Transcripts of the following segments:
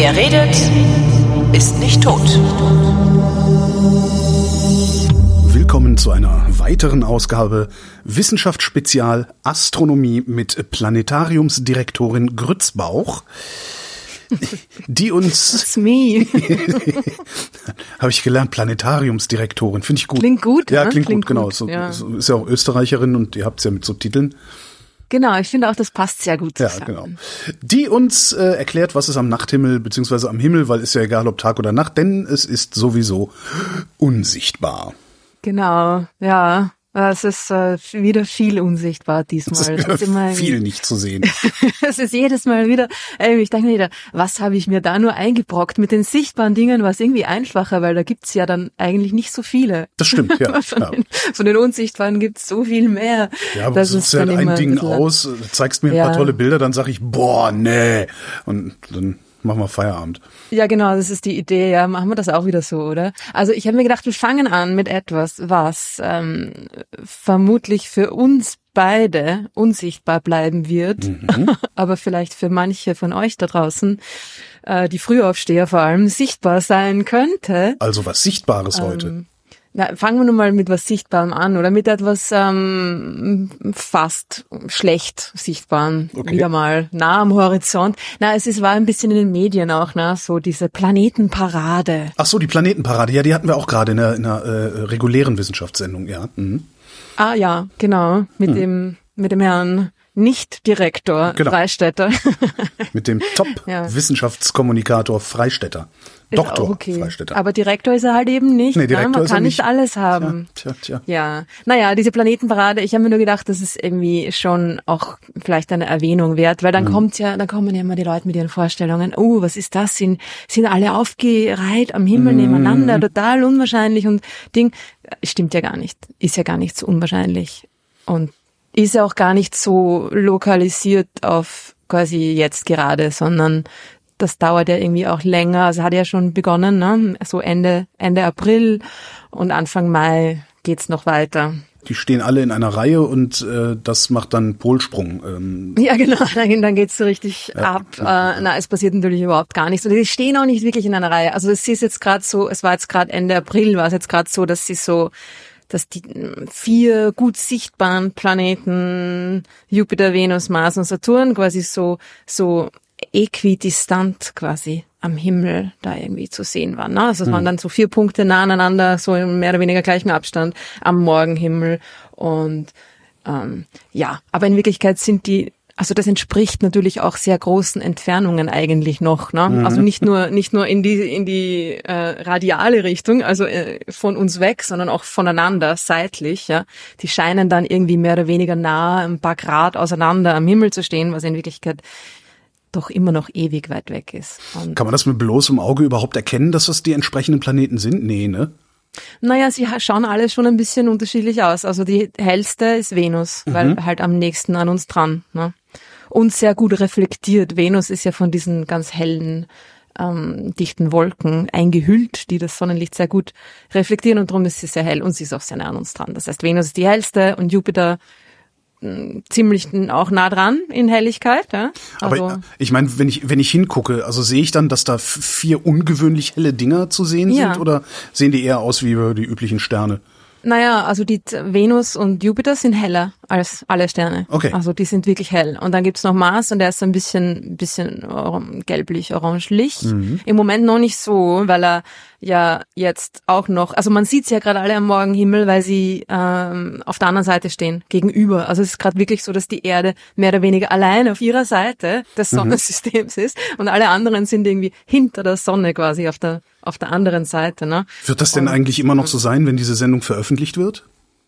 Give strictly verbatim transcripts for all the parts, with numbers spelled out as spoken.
Wer redet, ist nicht tot. Willkommen zu einer weiteren Ausgabe Wissenschaftsspezial Astronomie mit Planetariumsdirektorin Grützbauch, die uns... That's me. Habe ich gelernt, Planetariumsdirektorin, finde ich gut. Klingt gut, Ja, ne? klingt, Klingt gut, genau. gut, So, ja. so, ist ja auch Österreicherin und ihr habt es ja mit so Titeln. Genau, ich finde auch, das passt sehr gut Ja, zusammen. genau. Die uns äh, erklärt, was ist am Nachthimmel, beziehungsweise am Himmel, weil ist ja egal, ob Tag oder Nacht, denn es ist sowieso unsichtbar. Genau, ja. Es ist äh, wieder viel unsichtbar diesmal. Es ist, Es ist immer viel nicht zu sehen. Es ist jedes Mal wieder, ey, ich denke mir wieder, was habe ich mir da nur eingebrockt? Mit den sichtbaren Dingen war es irgendwie einfacher, weil da gibt's ja dann eigentlich nicht so viele. Das stimmt, ja. Von, ja. den, von den unsichtbaren gibt's so viel mehr. Ja, aber das du suchst halt dann ein immer Ding bisschen- aus, zeigst mir ein Ja. paar tolle Bilder, dann sag ich, boah, nee. Und dann machen wir Feierabend. Ja, genau, das ist die Idee. Ja, machen wir das auch wieder so, oder? Also ich habe mir gedacht, wir fangen an mit etwas, was ähm, vermutlich für uns beide unsichtbar bleiben wird, Mhm. aber vielleicht für manche von euch da draußen, äh, die Frühaufsteher vor allem, sichtbar sein könnte. Also was Sichtbares heute. Ähm, na, fangen wir nun mal mit was Sichtbarem an oder mit etwas ähm, fast schlecht Sichtbaren, Okay. wieder mal nah am Horizont. Na, es ist, war ein bisschen in den Medien auch, ne, so diese Planetenparade. Ach so, die Planetenparade, ja, die hatten wir auch gerade in einer, in einer äh, regulären Wissenschaftssendung, ja. Mhm. Ah ja, genau, mit dem mit dem Herrn Nicht-Direktor Genau. Freistetter. Mit dem Ja. Top-Wissenschaftskommunikator Freistetter. Ist Doktor auch okay. Freistetter. Aber Direktor ist er halt eben nicht. Nee, ne? Direktor Man ist er kann nicht nicht. alles haben. Tja, tja, tja. Ja, naja, diese Planetenparade, ich habe mir nur gedacht, das ist irgendwie schon auch vielleicht eine Erwähnung wert, weil dann Mhm. kommt ja, dann kommen ja immer die Leute mit ihren Vorstellungen, oh, was ist das, sind, sind alle aufgereiht am Himmel Mhm. nebeneinander, total unwahrscheinlich und Ding, stimmt ja gar nicht, ist ja gar nicht so unwahrscheinlich und ist ja auch gar nicht so lokalisiert auf quasi jetzt gerade, sondern das dauert ja irgendwie auch länger. Also hat ja schon begonnen, ne? So Ende Ende April und Anfang Mai geht's noch weiter. Die stehen alle in einer Reihe und äh, das macht dann Polsprung. Ähm, Ja, genau, dann, dann geht's so richtig ab. Äh, na, es passiert natürlich überhaupt gar nichts. Und die stehen auch nicht wirklich in einer Reihe. Also es ist jetzt gerade so, es war jetzt gerade Ende April, war es jetzt gerade so, dass sie so, dass die vier gut sichtbaren Planeten, Jupiter, Venus, Mars und Saturn, quasi so so äquidistant quasi am Himmel da irgendwie zu sehen waren. Ne? Also es waren dann so vier Punkte nah aneinander, so in mehr oder weniger gleichem Abstand am Morgenhimmel. Und ähm, ja, aber in Wirklichkeit sind die, also das entspricht natürlich auch sehr großen Entfernungen eigentlich noch. Ne? Mhm. Also nicht nur nicht nur in die in die äh, radiale Richtung, also äh, von uns weg, sondern auch voneinander seitlich. Ja, die scheinen dann irgendwie mehr oder weniger nah, ein paar Grad auseinander am Himmel zu stehen, was in Wirklichkeit doch immer noch ewig weit weg ist. Und Kann man das mit bloßem Auge überhaupt erkennen, dass das die entsprechenden Planeten sind? Nee, ne? naja, sie ha- schauen alle schon ein bisschen unterschiedlich aus. Also die hellste ist Venus, weil halt am nächsten an uns dran. Ne? Und sehr gut reflektiert. Venus ist ja von diesen ganz hellen, ähm, dichten Wolken eingehüllt, die das Sonnenlicht sehr gut reflektieren und darum ist sie sehr hell und sie ist auch sehr nah an uns dran. Das heißt, Venus ist die hellste und Jupiter mh, ziemlich auch nah dran in Helligkeit. Ja? Also, Aber ich meine, wenn ich wenn ich hingucke, also sehe ich dann, dass da f- vier ungewöhnlich helle Dinger zu sehen Ja. sind oder sehen die eher aus wie die üblichen Sterne? Naja, also die Z- Venus und Jupiter sind heller als alle Sterne. Okay. Also die sind wirklich hell. Und dann gibt's noch Mars und der ist so ein bisschen, bisschen or- gelblich, orangelich. Mhm. Im Moment noch nicht so, weil er ja jetzt auch noch, also man sieht's ja gerade alle am Morgenhimmel, weil sie ähm, auf der anderen Seite stehen, gegenüber. Also es ist gerade wirklich so, dass die Erde mehr oder weniger allein auf ihrer Seite des Sonnensystems ist und alle anderen sind irgendwie hinter der Sonne quasi auf der auf der anderen Seite. Ne? Wird das denn Und- eigentlich immer noch so sein, wenn diese Sendung veröffentlicht wird?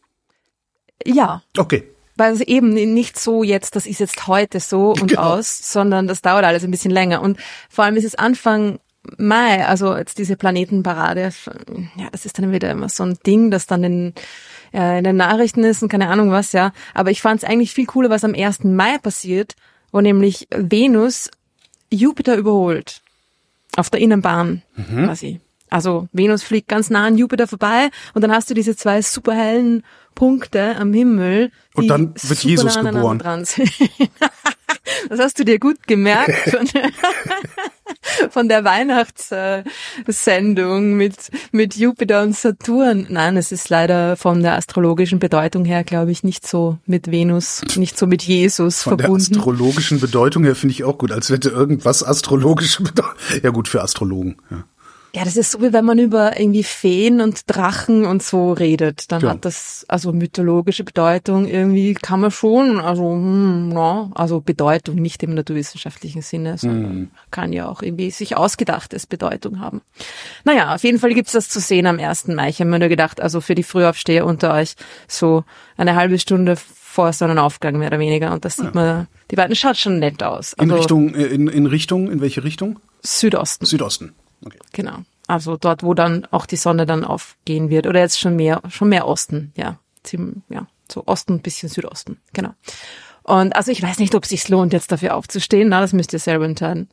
Ja. Okay. Weil es eben nicht so jetzt, das ist jetzt heute so und Genau. aus, sondern das dauert alles ein bisschen länger. Und vor allem ist es Anfang Mai, also jetzt diese Planetenparade, ja, das ist dann wieder immer so ein Ding, das dann in, äh, in den Nachrichten ist und keine Ahnung was, ja. Aber ich fand es eigentlich viel cooler, was am ersten Mai passiert, wo nämlich Venus Jupiter überholt. Auf der Innenbahn quasi. Also Venus fliegt ganz nah an Jupiter vorbei und dann hast du diese zwei superhellen Punkte am Himmel. Die Und dann wird super Jesus nah aneinander geboren. dran sind. Das hast du dir gut gemerkt. von der Weihnachtssendung mit, mit Jupiter und Saturn. Nein, es ist leider von der astrologischen Bedeutung her, glaube ich, nicht so mit Venus, nicht so mit Jesus von verbunden. Von der astrologischen Bedeutung her finde ich auch gut, als hätte irgendwas astrologische Bedeutung. Ja gut, für Astrologen, ja. Ja, das ist so, wie wenn man über irgendwie Feen und Drachen und so redet. Dann ja. hat das also mythologische Bedeutung irgendwie, kann man schon, also hm, ja, also Bedeutung nicht im naturwissenschaftlichen Sinne, sondern hm. kann ja auch irgendwie sich ausgedachtes Bedeutung haben. Naja, auf jeden Fall gibt's das zu sehen am ersten Mai. Ich habe mir nur gedacht, also für die Frühaufsteher unter euch so eine halbe Stunde vor Sonnenaufgang mehr oder weniger. Und das sieht ja. man, die beiden schaut schon nett aus. Also in Richtung, äh, in, in Richtung, in welche Richtung? Südosten. Südosten. Okay. Genau. Also dort, wo dann auch die Sonne dann aufgehen wird. Oder jetzt schon mehr, schon mehr Osten. Ja, ziemlich, ja, so Osten, ein bisschen Südosten. Genau. Und also ich weiß nicht, ob es sich lohnt, jetzt dafür aufzustehen. Na, das müsst ihr selber entscheiden.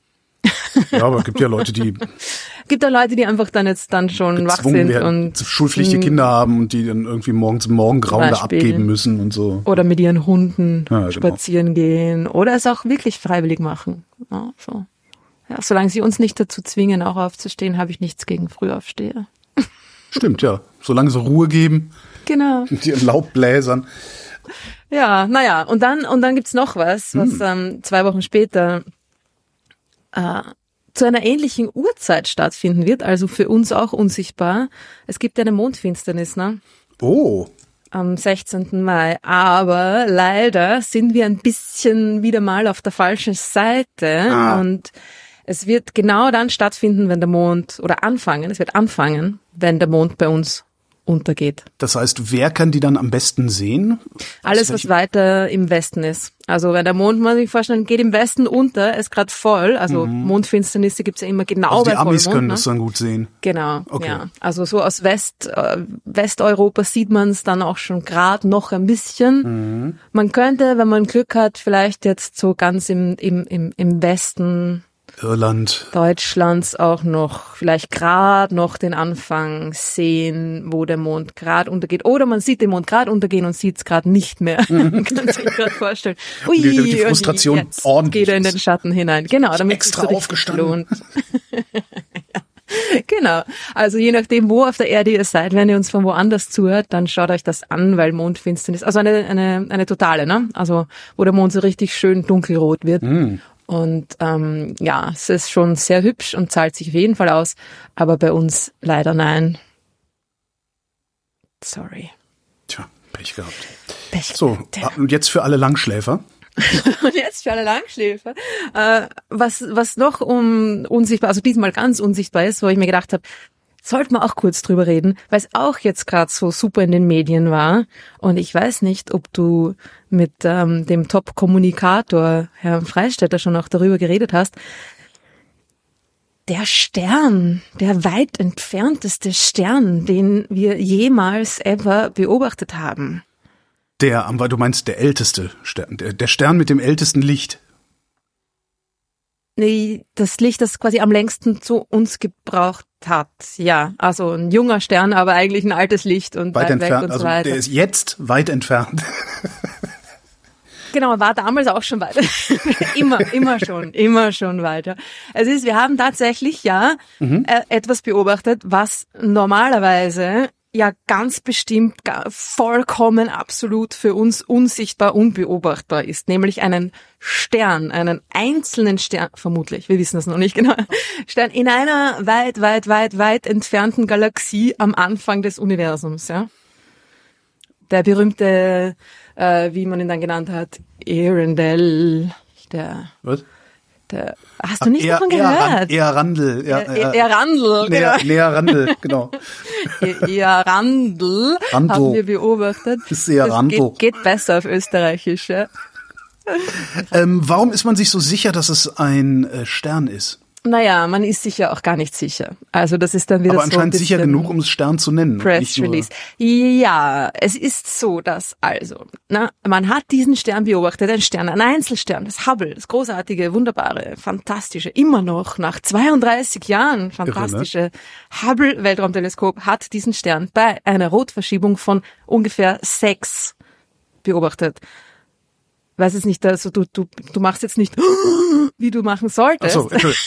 Ja, aber es gibt ja Leute, die gibt ja Leute, die einfach dann jetzt dann schon wach sind werden, und schulpflichtige Kinder haben und die dann irgendwie morgens im Morgengrauen da abgeben müssen und so. Oder mit ihren Hunden ja, spazieren genau. gehen. Oder es auch wirklich freiwillig machen. Ja, so. Ja, solange sie uns nicht dazu zwingen, auch aufzustehen, habe ich nichts gegen Frühaufsteher. Stimmt, ja. Solange sie Ruhe geben. Genau. Mit ihren Laubbläsern. Ja, naja, und dann, und dann gibt's noch was, was hm. ähm, zwei Wochen später äh, zu einer ähnlichen Uhrzeit stattfinden wird, also für uns auch unsichtbar. Es gibt eine Mondfinsternis, ne? Oh. Am sechzehnten Mai. Aber leider sind wir ein bisschen wieder mal auf der falschen Seite. Ah. Und es wird genau dann stattfinden, wenn der Mond, oder anfangen, es wird anfangen, wenn der Mond bei uns untergeht. Das heißt, wer kann die dann am besten sehen? Alles, was weiter im Westen ist. Also wenn der Mond, muss man sich vorstellen, geht im Westen unter, ist gerade voll. Also mhm. Mondfinsternisse gibt's ja immer genau also bei die Amis Vollmond, können ne? das dann gut sehen. Genau, okay. ja. Also so aus West äh, Westeuropa sieht man es dann auch schon gerade noch ein bisschen. Mhm. Man könnte, wenn man Glück hat, vielleicht jetzt so ganz im im im, im Westen Irland. Deutschlands auch noch, vielleicht gerade noch den Anfang sehen, wo der Mond gerade untergeht. Oder man sieht den Mond gerade untergehen und sieht es gerade nicht mehr. Man kann sich gerade vorstellen. Ui, die, die Frustration jetzt ordentlich geht er in den Schatten hinein. Genau, damit extra es so aufgestanden. Lohnt. Genau. Also je nachdem, wo auf der Erde ihr seid, wenn ihr uns von woanders zuhört, dann schaut euch das an, weil Mondfinsternis, also eine eine eine totale, ne? Also wo der Mond so richtig schön dunkelrot wird. Mm. Und ähm, ja, es ist schon sehr hübsch und zahlt sich auf jeden Fall aus, aber bei uns leider nein. Sorry. Tja, Pech gehabt. Pech so, gehabt, ja. Und jetzt für alle Langschläfer. Und jetzt für alle Langschläfer. Äh, was was noch um unsichtbar, also diesmal ganz unsichtbar ist, wo ich mir gedacht habe, sollten wir auch kurz drüber reden, weil es auch jetzt gerade so super in den Medien war. Und ich weiß nicht, ob du mit ähm, dem Top-Kommunikator, Herrn Freistetter, schon auch darüber geredet hast. Der Stern, der weit entfernteste Stern, den wir jemals ever beobachtet haben. Der, weil du meinst, der älteste Stern, der, der Stern mit dem ältesten Licht. Nee, das Licht, das quasi am längsten zu uns gebraucht hat. Ja, also ein junger Stern, aber eigentlich ein altes Licht und weit, weit entfernt, weg und also so weiter. Der ist jetzt weit entfernt. Genau, war damals auch schon weiter. immer, immer schon, immer schon weiter. Es ist, wir haben tatsächlich ja mhm. äh, etwas beobachtet, was normalerweise ja ganz bestimmt vollkommen absolut für uns unsichtbar, unbeobachtbar ist, nämlich einen Stern, einen einzelnen Stern, vermutlich, wir wissen das noch nicht genau, Stern in einer weit, weit, weit, weit entfernten Galaxie am Anfang des Universums, ja. Der berühmte, äh, wie man ihn dann genannt hat, Earendel, der... Was? Der, hast du nicht davon gehört? Eher Randl. Eher Randl, genau. Näher Randl, genau. Eher Randl haben wir beobachtet. Ist eher Randl. Geht, geht besser auf Österreichisch, ja. ähm, warum ist man sich so sicher, dass es ein äh, Stern ist? Naja, man ist sich ja auch gar nicht sicher. Also das ist dann wieder Aber so anscheinend sicher genug, um es Stern zu nennen. Press Release. Ja, es ist so, dass also, na, man hat diesen Stern beobachtet, ein Stern, ein Einzelstern, das Hubble, das großartige, wunderbare, fantastische, immer noch nach zweiunddreißig Jahren fantastische Irre, ne? Hubble-Weltraumteleskop hat diesen Stern bei einer Rotverschiebung von ungefähr sechs beobachtet. Weiß es nicht, also du, du, du machst jetzt nicht, wie du machen solltest. Ach so, Entschuldigung.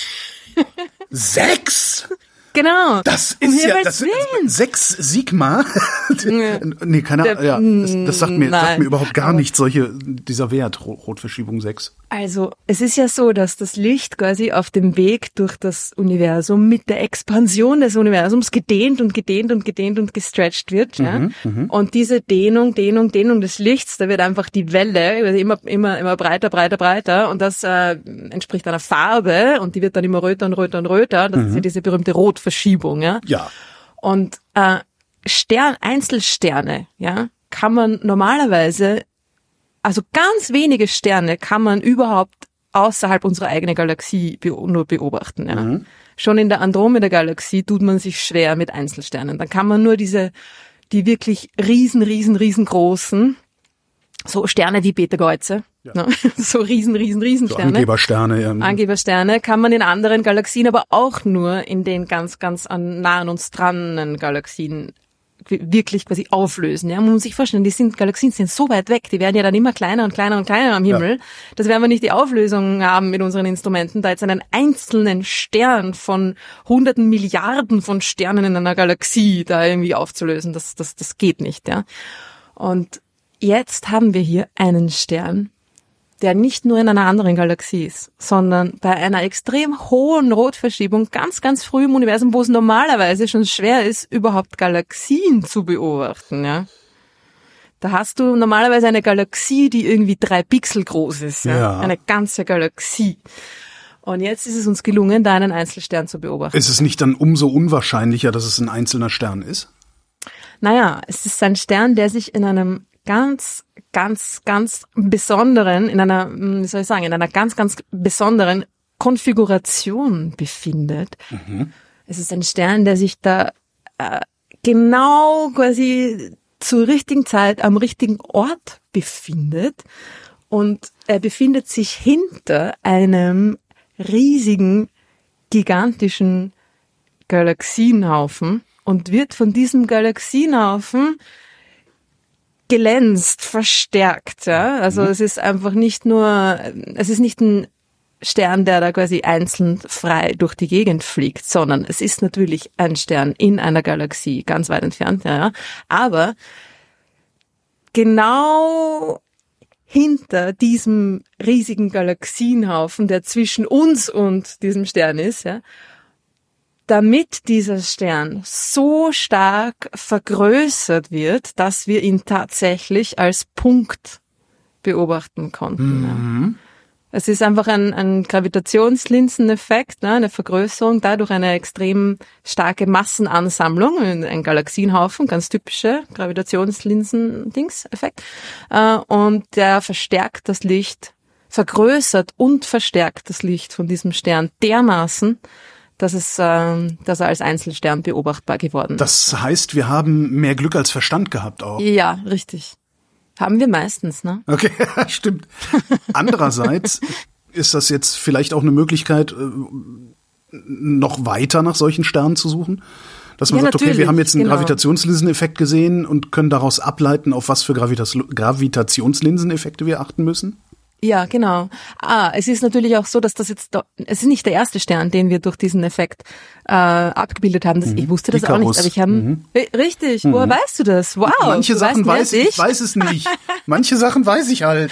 Sechs? Genau. Das ist ja, das sind sechs Sigma. nee, keine Ahnung, ja, das, das sagt mir, sagt mir überhaupt gar nicht solche, dieser Wert, Rotverschiebung sechs. Also, es ist ja so, dass das Licht quasi auf dem Weg durch das Universum mit der Expansion des Universums gedehnt und gedehnt und gedehnt und gestretched wird, ja. Mhm, mh. Und diese Dehnung, Dehnung, Dehnung des Lichts, da wird einfach die Welle immer, immer, immer breiter, breiter, breiter und das äh, entspricht einer Farbe und die wird dann immer röter und röter und röter. Das mhm. ist ja diese berühmte Rotverschiebung, ja. Ja. Und äh, Stern, Einzelsterne, ja, kann man normalerweise, also ganz wenige Sterne kann man überhaupt außerhalb unserer eigenen Galaxie be- nur beobachten, ja. Mhm. Schon in der Andromeda-Galaxie tut man sich schwer mit Einzelsternen. Dann kann man nur diese, die wirklich riesen, riesen, riesengroßen, so Sterne wie Betelgeuse, ja. ne? so riesen, riesen, riesen Sterne. So Angebersterne, ja. Angebersterne kann man in anderen Galaxien, aber auch nur in den ganz, ganz an, nah an uns dran Galaxien wirklich quasi auflösen. Ja, man muss sich vorstellen, die sind, Galaxien sind so weit weg, die werden ja dann immer kleiner und kleiner und kleiner am Himmel. Ja. Das werden wir nicht die Auflösung haben mit unseren Instrumenten, da jetzt einen einzelnen Stern von hunderten Milliarden von Sternen in einer Galaxie da irgendwie aufzulösen. Das, das, das geht nicht, ja. Und jetzt haben wir hier einen Stern, der nicht nur in einer anderen Galaxie ist, sondern bei einer extrem hohen Rotverschiebung ganz, ganz früh im Universum, wo es normalerweise schon schwer ist, überhaupt Galaxien zu beobachten, ja. Da hast du normalerweise eine Galaxie, die irgendwie drei Pixel groß ist, ja. ja. Eine ganze Galaxie. Und jetzt ist es uns gelungen, da einen Einzelstern zu beobachten. Ist es nicht dann umso unwahrscheinlicher, dass es ein einzelner Stern ist? Naja, es ist ein Stern, der sich in einem ganz, ganz, ganz besonderen, in einer, wie soll ich sagen, in einer ganz, ganz besonderen Konfiguration befindet. Mhm. Es ist ein Stern, der sich da äh, genau quasi zur richtigen Zeit am richtigen Ort befindet und er befindet sich hinter einem riesigen, gigantischen Galaxienhaufen und wird von diesem Galaxienhaufen glänzt, verstärkt, ja. Also mhm. es ist einfach nicht nur, es ist nicht ein Stern, der da quasi einzeln frei durch die Gegend fliegt, sondern es ist natürlich ein Stern in einer Galaxie, ganz weit entfernt, ja. Aber genau hinter diesem riesigen Galaxienhaufen, der zwischen uns und diesem Stern ist, ja, damit dieser Stern so stark vergrößert wird, dass wir ihn tatsächlich als Punkt beobachten konnten. Mhm. Ja. Es ist einfach ein, ein Gravitationslinseneffekt, ne, eine Vergrößerung, dadurch eine extrem starke Massenansammlung, ein Galaxienhaufen, ganz typische Gravitationslinsen-Dings-Effekt. Äh, und der verstärkt das Licht, vergrößert und verstärkt das Licht von diesem Stern dermaßen, dass es, äh, dass er als Einzelstern beobachtbar geworden ist. Das heißt, wir haben mehr Glück als Verstand gehabt auch. Ja, richtig. Haben wir meistens, ne? Okay, stimmt. Andererseits ist das jetzt vielleicht auch eine Möglichkeit, noch weiter nach solchen Sternen zu suchen? Dass man ja, sagt, okay, wir haben jetzt einen genau. Gravitationslinseneffekt gesehen und können daraus ableiten, auf was für Gravitas- Gravitationslinseneffekte wir achten müssen? Ja, genau. Ah, es ist natürlich auch so, dass das jetzt, da, es ist nicht der erste Stern, den wir durch diesen Effekt äh, abgebildet haben. Das, mhm. Ich wusste das Icarus. auch nicht, aber ich habe, mhm. richtig, mhm. woher weißt du das? Wow. Manche Sachen weiß ich, ich weiß es nicht. Manche Sachen weiß ich halt.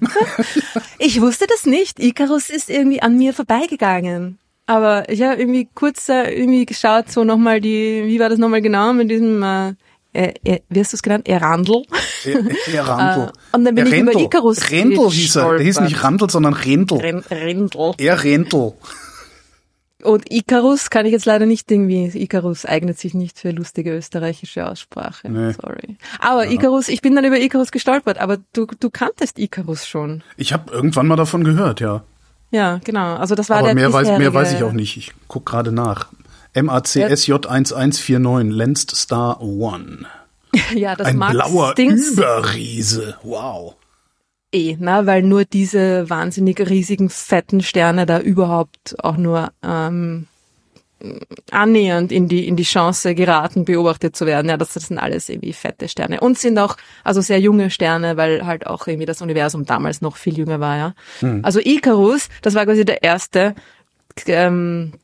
Ich wusste das nicht. Icarus ist irgendwie an mir vorbeigegangen. Aber ich habe irgendwie kurz äh, irgendwie geschaut, so nochmal die, wie war das nochmal genau mit diesem, äh, äh, äh, wie hast du es genannt? Erandl. Erandl. Äh, und dann bin Rendl. ich über Icarus Rendl hieß er. Der hieß nicht Randl, sondern Rendl. Rendl. Erendl. Und Icarus kann ich jetzt leider nicht irgendwie, Icarus eignet sich nicht für lustige österreichische Aussprache. Nee. Sorry. Aber ja. Icarus, ich bin dann über Icarus gestolpert, aber du, du kanntest Icarus schon. Ich habe irgendwann mal davon gehört, ja. Ja, genau. Also das war aber der mehr bisherige... weiß, mehr weiß ich auch nicht. Ich guck gerade nach. M A C S J eins eins vier neun, Lensed Star One. Ja, das Ein Max blauer Dings Überriese. Wow. Eh, na, weil nur diese wahnsinnig riesigen, fetten Sterne da überhaupt auch nur ähm, annähernd in die in die Chance geraten, beobachtet zu werden. Ja, das, das sind alles irgendwie fette Sterne. Und sind auch also sehr junge Sterne, weil halt auch irgendwie das Universum damals noch viel jünger war, ja. Hm. Also Icarus, das war quasi der erste ähm,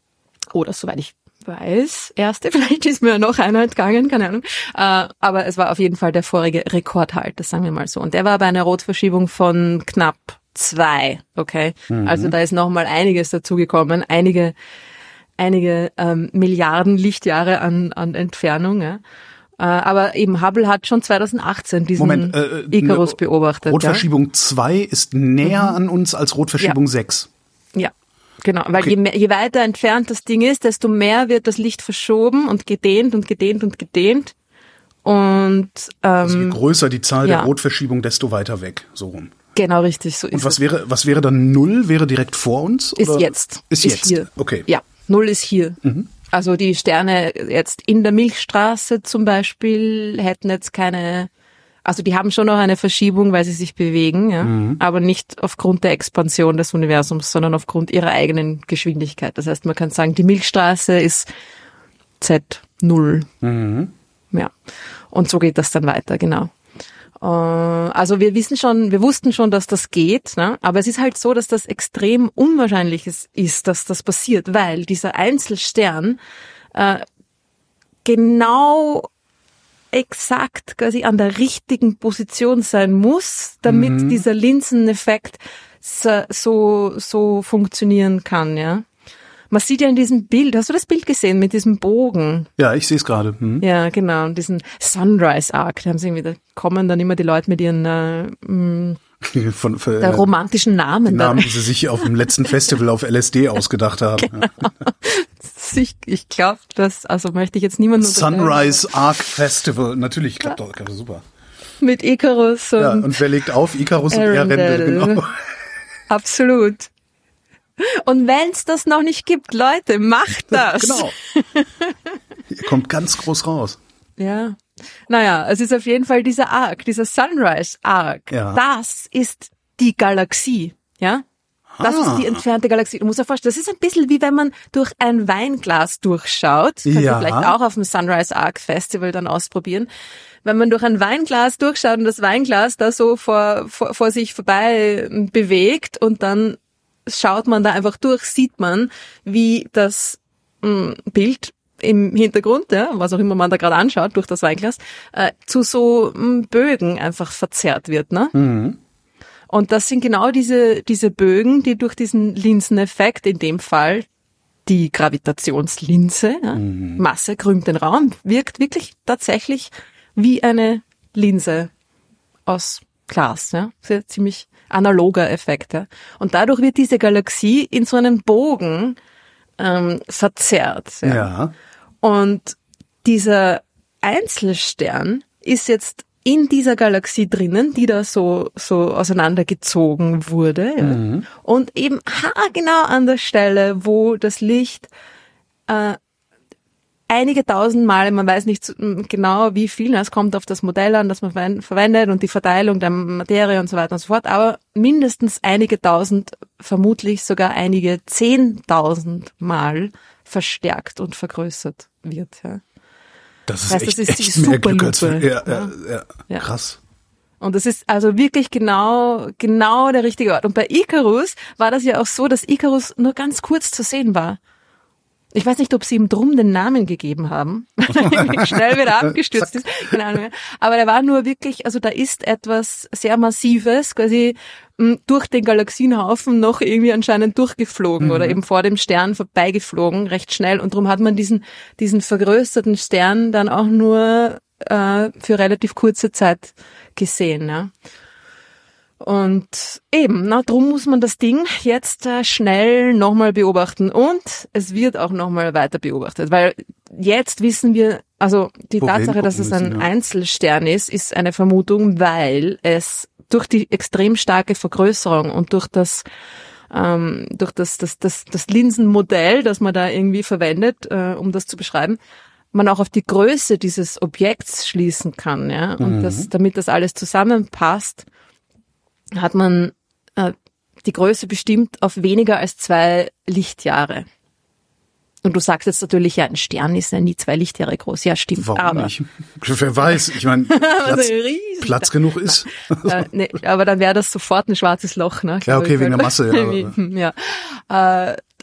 oder soweit ich weiß, erste, vielleicht ist mir noch einer entgangen, keine Ahnung. Äh, aber es war auf jeden Fall der vorige Rekordhalter, sagen wir mal so. Und der war bei einer Rotverschiebung von knapp zwei, okay? Mhm. Also da ist nochmal einiges dazugekommen, einige einige ähm, Milliarden Lichtjahre an, an Entfernung, ja. Äh, aber eben Hubble hat schon zwanzig achtzehn diesen Moment, äh, Icarus beobachtet. Rotverschiebung zwei ja? ist näher mhm. an uns als Rotverschiebung ja. sechs. Ja. Genau, weil okay. je, mehr, je weiter entfernt das Ding ist, desto mehr wird das Licht verschoben und gedehnt und gedehnt und gedehnt. Und ähm, also je größer die Zahl ja. der Rotverschiebungen, desto weiter weg, so rum. Genau, richtig, so ist und was es. wäre, was wäre dann null? Wäre direkt vor uns? Ist oder? jetzt. Ist, ist jetzt. Hier. Okay. Ja, null ist hier. Mhm. Also die Sterne jetzt in der Milchstraße zum Beispiel hätten jetzt keine. Also die haben schon noch eine Verschiebung, weil sie sich bewegen, ja, mhm. aber nicht aufgrund der Expansion des Universums, sondern aufgrund ihrer eigenen Geschwindigkeit. Das heißt, man kann sagen, die Milchstraße ist Z null. Mhm. Ja. Und so geht das dann weiter, genau. Also wir wissen schon, wir wussten schon, dass das geht, ne? Aber es ist halt so, dass das extrem unwahrscheinlich ist, dass das passiert, weil dieser Einzelstern äh, genau exakt quasi an der richtigen Position sein muss, damit mhm. dieser Linseneffekt so, so, so funktionieren kann, ja. Man sieht ja in diesem Bild, hast du das Bild gesehen mit diesem Bogen? Ja, ich sehe es gerade. Mhm. Ja, genau, und diesen Sunrise Arc, da haben sie irgendwie, da kommen dann immer die Leute mit ihren äh, mh, Von, für, der romantischen Namen. Die Namen, die sie sich auf dem letzten Festival auf L S D ausgedacht haben. Genau. Ich, ich glaube, das, also möchte ich jetzt niemanden Sunrise Arc Festival, natürlich, klappt doch, klappt super. Mit Icarus und... Ja, und wer legt auf? Icarus und Earendel, genau. Absolut. Und wenn es das noch nicht gibt, Leute, macht das. Genau. Ihr kommt ganz groß raus. Ja. Naja, es ist auf jeden Fall dieser Arc, dieser Sunrise Arc. Ja. Das ist die Galaxie, ja? Das ah. ist die entfernte Galaxie. Du musst dir vorstellen, das ist ein bisschen wie wenn man durch ein Weinglas durchschaut. Das kannst ja. du vielleicht auch auf dem Sunrise Arc Festival dann ausprobieren. Wenn man durch ein Weinglas durchschaut und das Weinglas da so vor, vor, vor sich vorbei bewegt und dann schaut man da einfach durch, sieht man, wie das mh, Bild im Hintergrund, ja, was auch immer man da gerade anschaut, durch das Weinglas, äh, zu so mh, Bögen einfach verzerrt wird, ne? Mhm. Und das sind genau diese diese Bögen, die durch diesen Linseneffekt, in dem Fall die Gravitationslinse, ja, mhm. Masse krümmt den Raum, wirkt wirklich tatsächlich wie eine Linse aus Glas, ja, sehr ziemlich analoger Effekt, ja. Und dadurch wird diese Galaxie in so einen Bogen ähm, verzerrt. Ja. ja. Und dieser Einzelstern ist jetzt in dieser Galaxie drinnen, die da so so auseinandergezogen wurde, ja. Mhm. Und eben haargenau an der Stelle, wo das Licht äh, einige tausend Male, man weiß nicht genau wie viel, es kommt auf das Modell an, das man verwendet und die Verteilung der Materie und so weiter und so fort, aber mindestens einige tausend, vermutlich sogar einige zehntausend Mal verstärkt und vergrößert wird. Ja. Das ist heißt, echt, das ist echt die mehr Glück als als ja, ja, ja, ja, krass. Und das ist also wirklich genau, genau der richtige Ort. Und bei Icarus war das ja auch so, dass Icarus nur ganz kurz zu sehen war. Ich weiß nicht, ob sie ihm drum den Namen gegeben haben, wie schnell wieder abgestürzt ist, keine Ahnung mehr. Aber der war nur wirklich, also da ist etwas sehr Massives quasi durch den Galaxienhaufen noch irgendwie anscheinend durchgeflogen mhm. oder eben vor dem Stern vorbeigeflogen, recht schnell. Und darum hat man diesen diesen vergrößerten Stern dann auch nur äh, für relativ kurze Zeit gesehen, ja. Und eben, na, drum muss man das Ding jetzt äh, schnell nochmal beobachten und es wird auch nochmal weiter beobachtet, weil jetzt wissen wir, also die Wohin Tatsache, dass es ein ja. Einzelstern ist, ist eine Vermutung, weil es durch die extrem starke Vergrößerung und durch das ähm, durch das das das das Linsenmodell, das man da irgendwie verwendet, äh, um das zu beschreiben, man auch auf die Größe dieses Objekts schließen kann, ja, und mhm. das, damit das alles zusammenpasst, hat man äh, die Größe bestimmt auf weniger als zwei Lichtjahre. Und du sagst jetzt natürlich, ja, ein Stern ist ja nie zwei Lichtjahre groß. Ja, stimmt. Warum aber nicht? Wer weiß, ich meine, Platz, Platz genug ist. äh, nee, aber dann wäre das sofort ein schwarzes Loch, ne? Ja, okay, wegen der Masse. Ja, ja. Äh,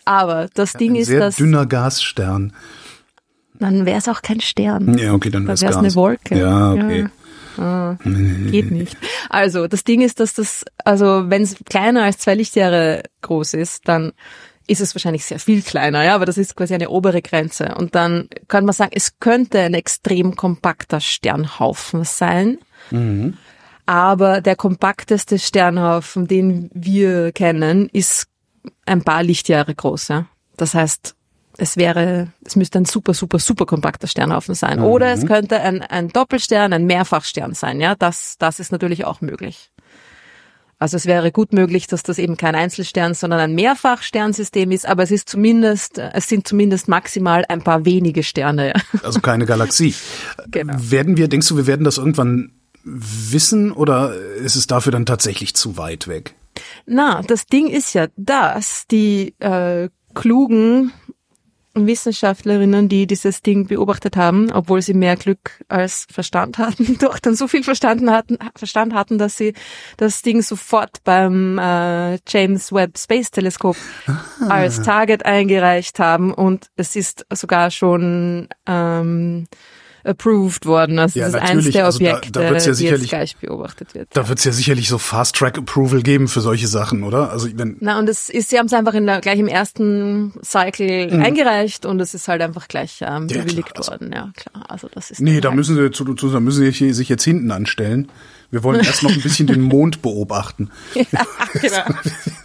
aber das Ding ein ist, sehr dass... dünner Gasstern. Dann wäre es auch kein Stern. Ja, okay, dann wäre es Gas. eine Wolke. Ja, okay. Ja. Ah, geht nicht. Also, das Ding ist, dass das, also wenn es kleiner als zwei Lichtjahre groß ist, dann ist es wahrscheinlich sehr viel kleiner, ja, aber das ist quasi eine obere Grenze. Und dann kann man sagen, es könnte ein extrem kompakter Sternhaufen sein. Mhm. Aber der kompakteste Sternhaufen, den wir kennen, ist ein paar Lichtjahre groß, ja. Das heißt, es wäre, es müsste ein super, super, super kompakter Sternhaufen sein. Mhm. Oder es könnte ein, ein Doppelstern, ein Mehrfachstern sein, ja. Das, das ist natürlich auch möglich. Also es wäre gut möglich, dass das eben kein Einzelstern, sondern ein Mehrfachsternsystem ist, aber es ist zumindest, es sind zumindest maximal ein paar wenige Sterne. Also keine Galaxie. Genau. Werden wir, denkst du, wir werden das irgendwann wissen oder ist es dafür dann tatsächlich zu weit weg? Na, das Ding ist ja, dass die äh, klugen Wissenschaftlerinnen, die dieses Ding beobachtet haben, obwohl sie mehr Glück als Verstand hatten, doch dann so viel verstanden hatten, Verstand hatten, dass sie das Ding sofort beim äh, James Webb Space Teleskop ah. als Target eingereicht haben und es ist sogar schon ähm, approved worden. Also ja, das ist eins der Objekte, also da, da ja die jetzt gleich beobachtet wird. Da wird es ja sicherlich so Fast-Track-Approval geben für solche Sachen, oder? Also wenn Na, und es ist, sie haben es einfach in der, gleich im ersten Cycle mhm. eingereicht und es ist halt einfach gleich ähm, ja, bewilligt klar, also, worden. Ja, klar. Also das ist nee, da halt müssen sie zu, zu, da müssen sie sich jetzt hinten anstellen. Wir wollen erst noch ein bisschen den Mond beobachten. Ja, genau.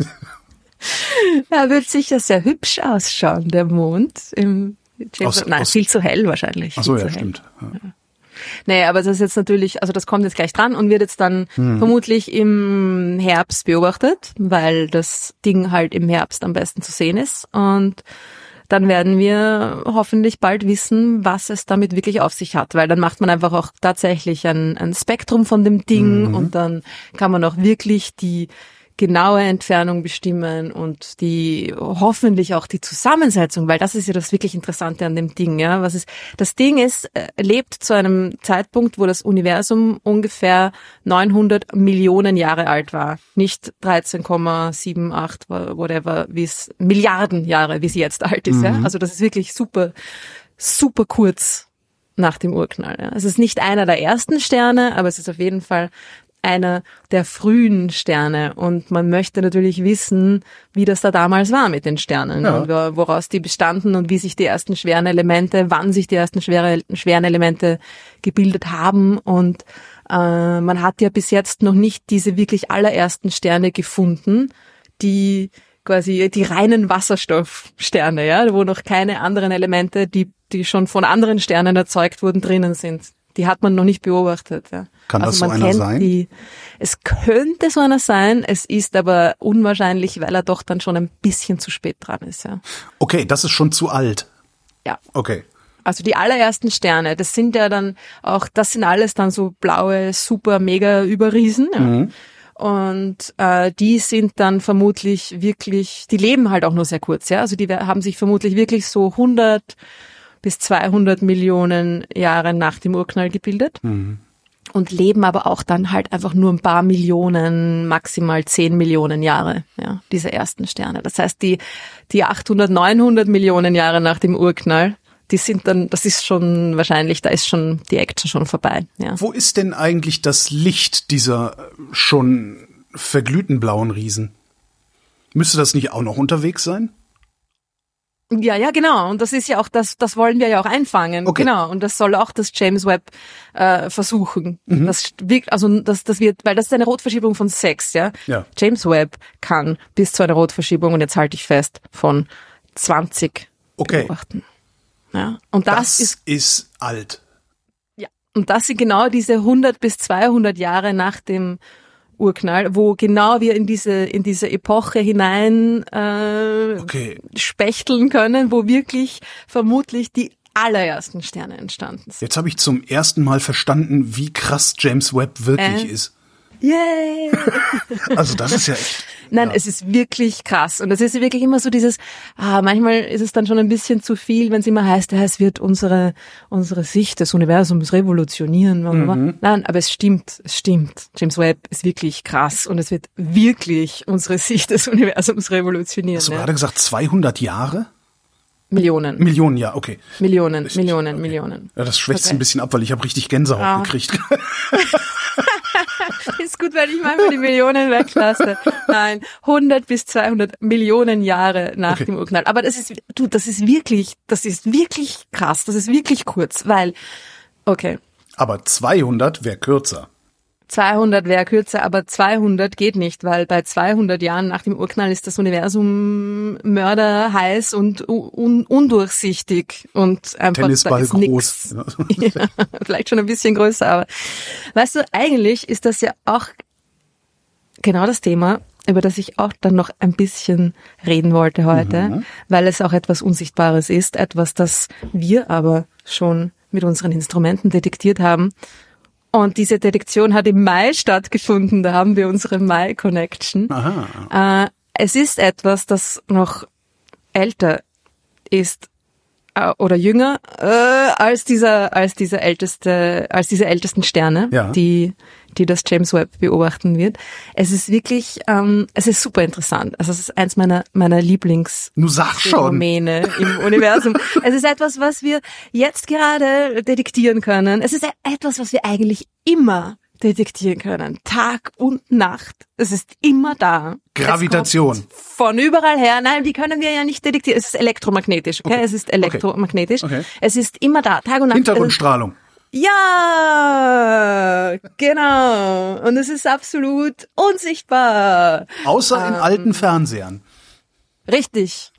Da wird sicher sehr hübsch ausschauen, der Mond im James aus, Nein, aus, viel zu hell wahrscheinlich. Ach so, ja, stimmt. Ja. Ja. Nee, aber das ist jetzt natürlich, also das kommt jetzt gleich dran und wird jetzt dann hm. vermutlich im Herbst beobachtet, weil das Ding halt im Herbst am besten zu sehen ist. Und dann werden wir hoffentlich bald wissen, was es damit wirklich auf sich hat, weil dann macht man einfach auch tatsächlich ein, ein Spektrum von dem Ding mhm. und dann kann man auch wirklich die genaue Entfernung bestimmen und die hoffentlich auch die Zusammensetzung, weil das ist ja das wirklich Interessante an dem Ding, ja. Was ist, das Ding ist, äh, lebt zu einem Zeitpunkt, wo das Universum ungefähr neunhundert Millionen Jahre alt war. Nicht dreizehn Komma sieben acht, whatever, wie es, Milliarden Jahre, wie es jetzt alt ist, mhm. ja. Also das ist wirklich super, super kurz nach dem Urknall, ja. Es ist nicht einer der ersten Sterne, aber es ist auf jeden Fall einer der frühen Sterne und man möchte natürlich wissen, wie das da damals war mit den Sternen ja. und woraus die bestanden und wie sich die ersten schweren Elemente, wann sich die ersten schwere, schweren Elemente gebildet haben und äh, man hat ja bis jetzt noch nicht diese wirklich allerersten Sterne gefunden, die quasi die reinen Wasserstoffsterne, ja, wo noch keine anderen Elemente, die die schon von anderen Sternen erzeugt wurden, drinnen sind. Die hat man noch nicht beobachtet. Ja. Kann also das so einer sein? Die, es könnte so einer sein, es ist aber unwahrscheinlich, weil er doch dann schon ein bisschen zu spät dran ist. Ja. Okay, das ist schon zu alt. Ja. Okay. Also die allerersten Sterne, das sind ja dann auch, das sind alles dann so blaue, super, mega Überriesen. Ja. Mhm. Und äh, die sind dann vermutlich wirklich, die leben halt auch nur sehr kurz. Ja. Also die haben sich vermutlich wirklich so hundert bis zweihundert Millionen Jahre nach dem Urknall gebildet mhm. und leben aber auch dann halt einfach nur ein paar Millionen, maximal zehn Millionen Jahre, ja, diese ersten Sterne. Das heißt, die die achthundert, neunhundert Millionen Jahre nach dem Urknall, die sind dann, das ist schon wahrscheinlich, da ist schon die Action schon vorbei. Ja. Wo ist denn eigentlich das Licht dieser schon verglühten blauen Riesen? Müsste das nicht auch noch unterwegs sein? Ja, ja, genau. Und das ist ja auch das, das wollen wir ja auch einfangen. Okay. Genau. Und das soll auch das James Webb äh, versuchen. Mhm. Das wirkt, also das, das wird, weil das ist eine Rotverschiebung von sechs, ja? Ja. James Webb kann bis zu einer Rotverschiebung, und jetzt halte ich fest, von zwanzig okay. beobachten. Ja. Und das, das ist, ist alt. Ja. Und das sind genau diese hundert bis zweihundert Jahre nach dem Urknall, wo genau wir in diese in diese Epoche hinein äh, okay. spechteln können, wo wirklich vermutlich die allerersten Sterne entstanden sind. Jetzt habe ich zum ersten Mal verstanden, wie krass James Webb wirklich äh, ist. Yay! Also das ist ja echt... Nein, ja. Es ist wirklich krass. Und es ist wirklich immer so dieses, ah, manchmal ist es dann schon ein bisschen zu viel, wenn es immer heißt, ja, es wird unsere unsere Sicht des Universums revolutionieren. Mhm. Nein, aber es stimmt, es stimmt. James Webb ist wirklich krass und es wird wirklich unsere Sicht des Universums revolutionieren. Hast du ja. gerade gesagt zweihundert Jahre? Millionen. Millionen, ja, okay. Millionen, ich, Millionen, okay. Millionen. Ja, das schwächt okay. ein bisschen ab, weil ich habe richtig Gänsehaut ah. gekriegt. Ist gut, weil ich manchmal die Millionen weglasse. Nein, hundert bis zweihundert Millionen Jahre nach okay. dem Urknall. Aber das ist, du, das ist wirklich, das ist wirklich krass. Das ist wirklich kurz, weil, okay. Aber zweihundert wäre kürzer. zweihundert wäre kürzer, aber zweihundert geht nicht, weil bei zweihundert Jahren nach dem Urknall ist das Universum mörderheiß und un- undurchsichtig und einfach Tennisball groß. Ja, vielleicht schon ein bisschen größer, aber weißt du, eigentlich ist das ja auch genau das Thema, über das ich auch dann noch ein bisschen reden wollte heute, mhm. weil es auch etwas Unsichtbares ist, etwas, das wir aber schon mit unseren Instrumenten detektiert haben. Und diese Detektion hat im Mai stattgefunden, da haben wir unsere Mai-Connection. Aha. Äh, es ist etwas, das noch älter ist äh, oder jünger äh, als dieser, als dieser älteste, als diese ältesten Sterne, ja. die, die das James Webb beobachten wird. Es ist wirklich, ähm, es ist super interessant. Also es ist eins meiner meiner Lieblingsphänomene im Universum. Es ist etwas, was wir jetzt gerade detektieren können. Es ist etwas, was wir eigentlich immer detektieren können. Tag und Nacht. Es ist immer da. Gravitation. Von überall her. Nein, die können wir ja nicht detektieren. Es ist elektromagnetisch, okay? okay. Es ist elektromagnetisch. Okay. Okay. Es ist immer da. Tag und Nacht. Hintergrundstrahlung. Ja, genau. Und es ist absolut unsichtbar. Außer ähm, in alten Fernsehern. Richtig.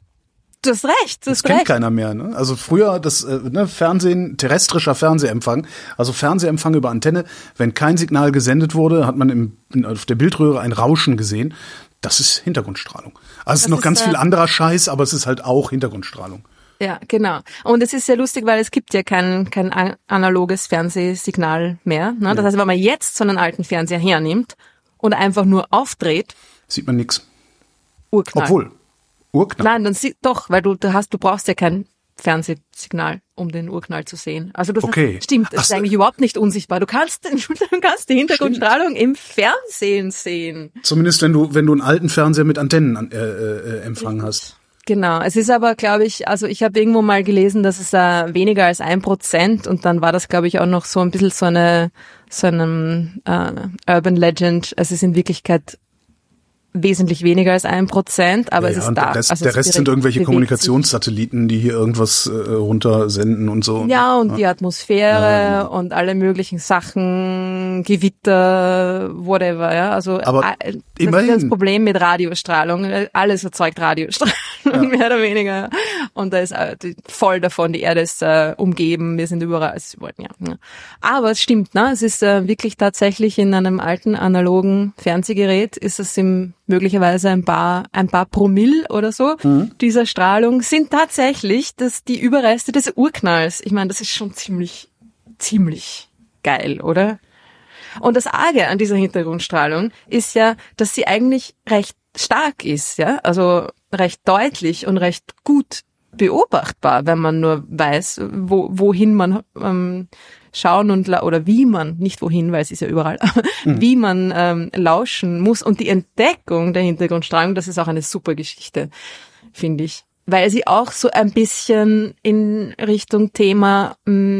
Du hast recht. Du das hast kennt recht. keiner mehr. Ne? Also früher das äh, ne, Fernsehen, terrestrischer Fernsehempfang, also Fernsehempfang über Antenne. Wenn kein Signal gesendet wurde, hat man im, in, auf der Bildröhre ein Rauschen gesehen. Das ist Hintergrundstrahlung. Also es ist noch ist, ganz äh, viel anderer Scheiß, aber es ist halt auch Hintergrundstrahlung. Ja, genau. Und es ist sehr lustig, weil es gibt ja kein kein analoges Fernsehsignal mehr. Ne? Das ja. heißt, wenn man jetzt so einen alten Fernseher hernimmt und einfach nur aufdreht, sieht man nix. Urknall. Obwohl, Urknall. Nein, dann sieht doch, weil du, du hast, du brauchst ja kein Fernsehsignal, um den Urknall zu sehen. Also das okay. stimmt, das Ach, ist eigentlich überhaupt nicht unsichtbar. Du kannst, du kannst die Hintergrundstrahlung stimmt. im Fernsehen sehen. Zumindest wenn du wenn du einen alten Fernseher mit Antennenempfang äh, äh, hast. Genau, es ist aber, glaube ich, also ich habe irgendwo mal gelesen, dass es äh, weniger als ein Prozent und dann war das, glaube ich, auch noch so ein bisschen so eine so einem äh, Urban Legend. Es ist in Wirklichkeit wesentlich weniger als ein Prozent, aber ja, es ist da. Der Rest, also der Rest sind irgendwelche Kommunikationssatelliten, die hier irgendwas äh, runtersenden und so. Ja, und ja. die Atmosphäre ja. und alle möglichen Sachen, Gewitter, whatever, ja. Also aber äh, immerhin. Das ist das Problem mit Radiostrahlung. Alles erzeugt Radiostrahlung, ja. mehr oder weniger. Und da ist äh, voll davon, die Erde ist äh, umgeben, wir sind überall. Ja. Aber es stimmt, ne? Es ist äh, wirklich tatsächlich in einem alten analogen Fernsehgerät ist es im möglicherweise ein paar, ein paar Promille oder so mhm. dieser Strahlung sind tatsächlich das, die Überreste des Urknalls. Ich meine, das ist schon ziemlich, ziemlich geil, oder? Und das Arge an dieser Hintergrundstrahlung ist ja, dass sie eigentlich recht stark ist, ja, also recht deutlich und recht gut beobachtbar, wenn man nur weiß, wo, wohin man ähm, schauen und la- oder wie man, nicht wohin, weil es ist ja überall, mhm. wie man ähm, lauschen muss. Und die Entdeckung der Hintergrundstrahlung, das ist auch eine super Geschichte, finde ich. Weil sie auch so ein bisschen in Richtung Thema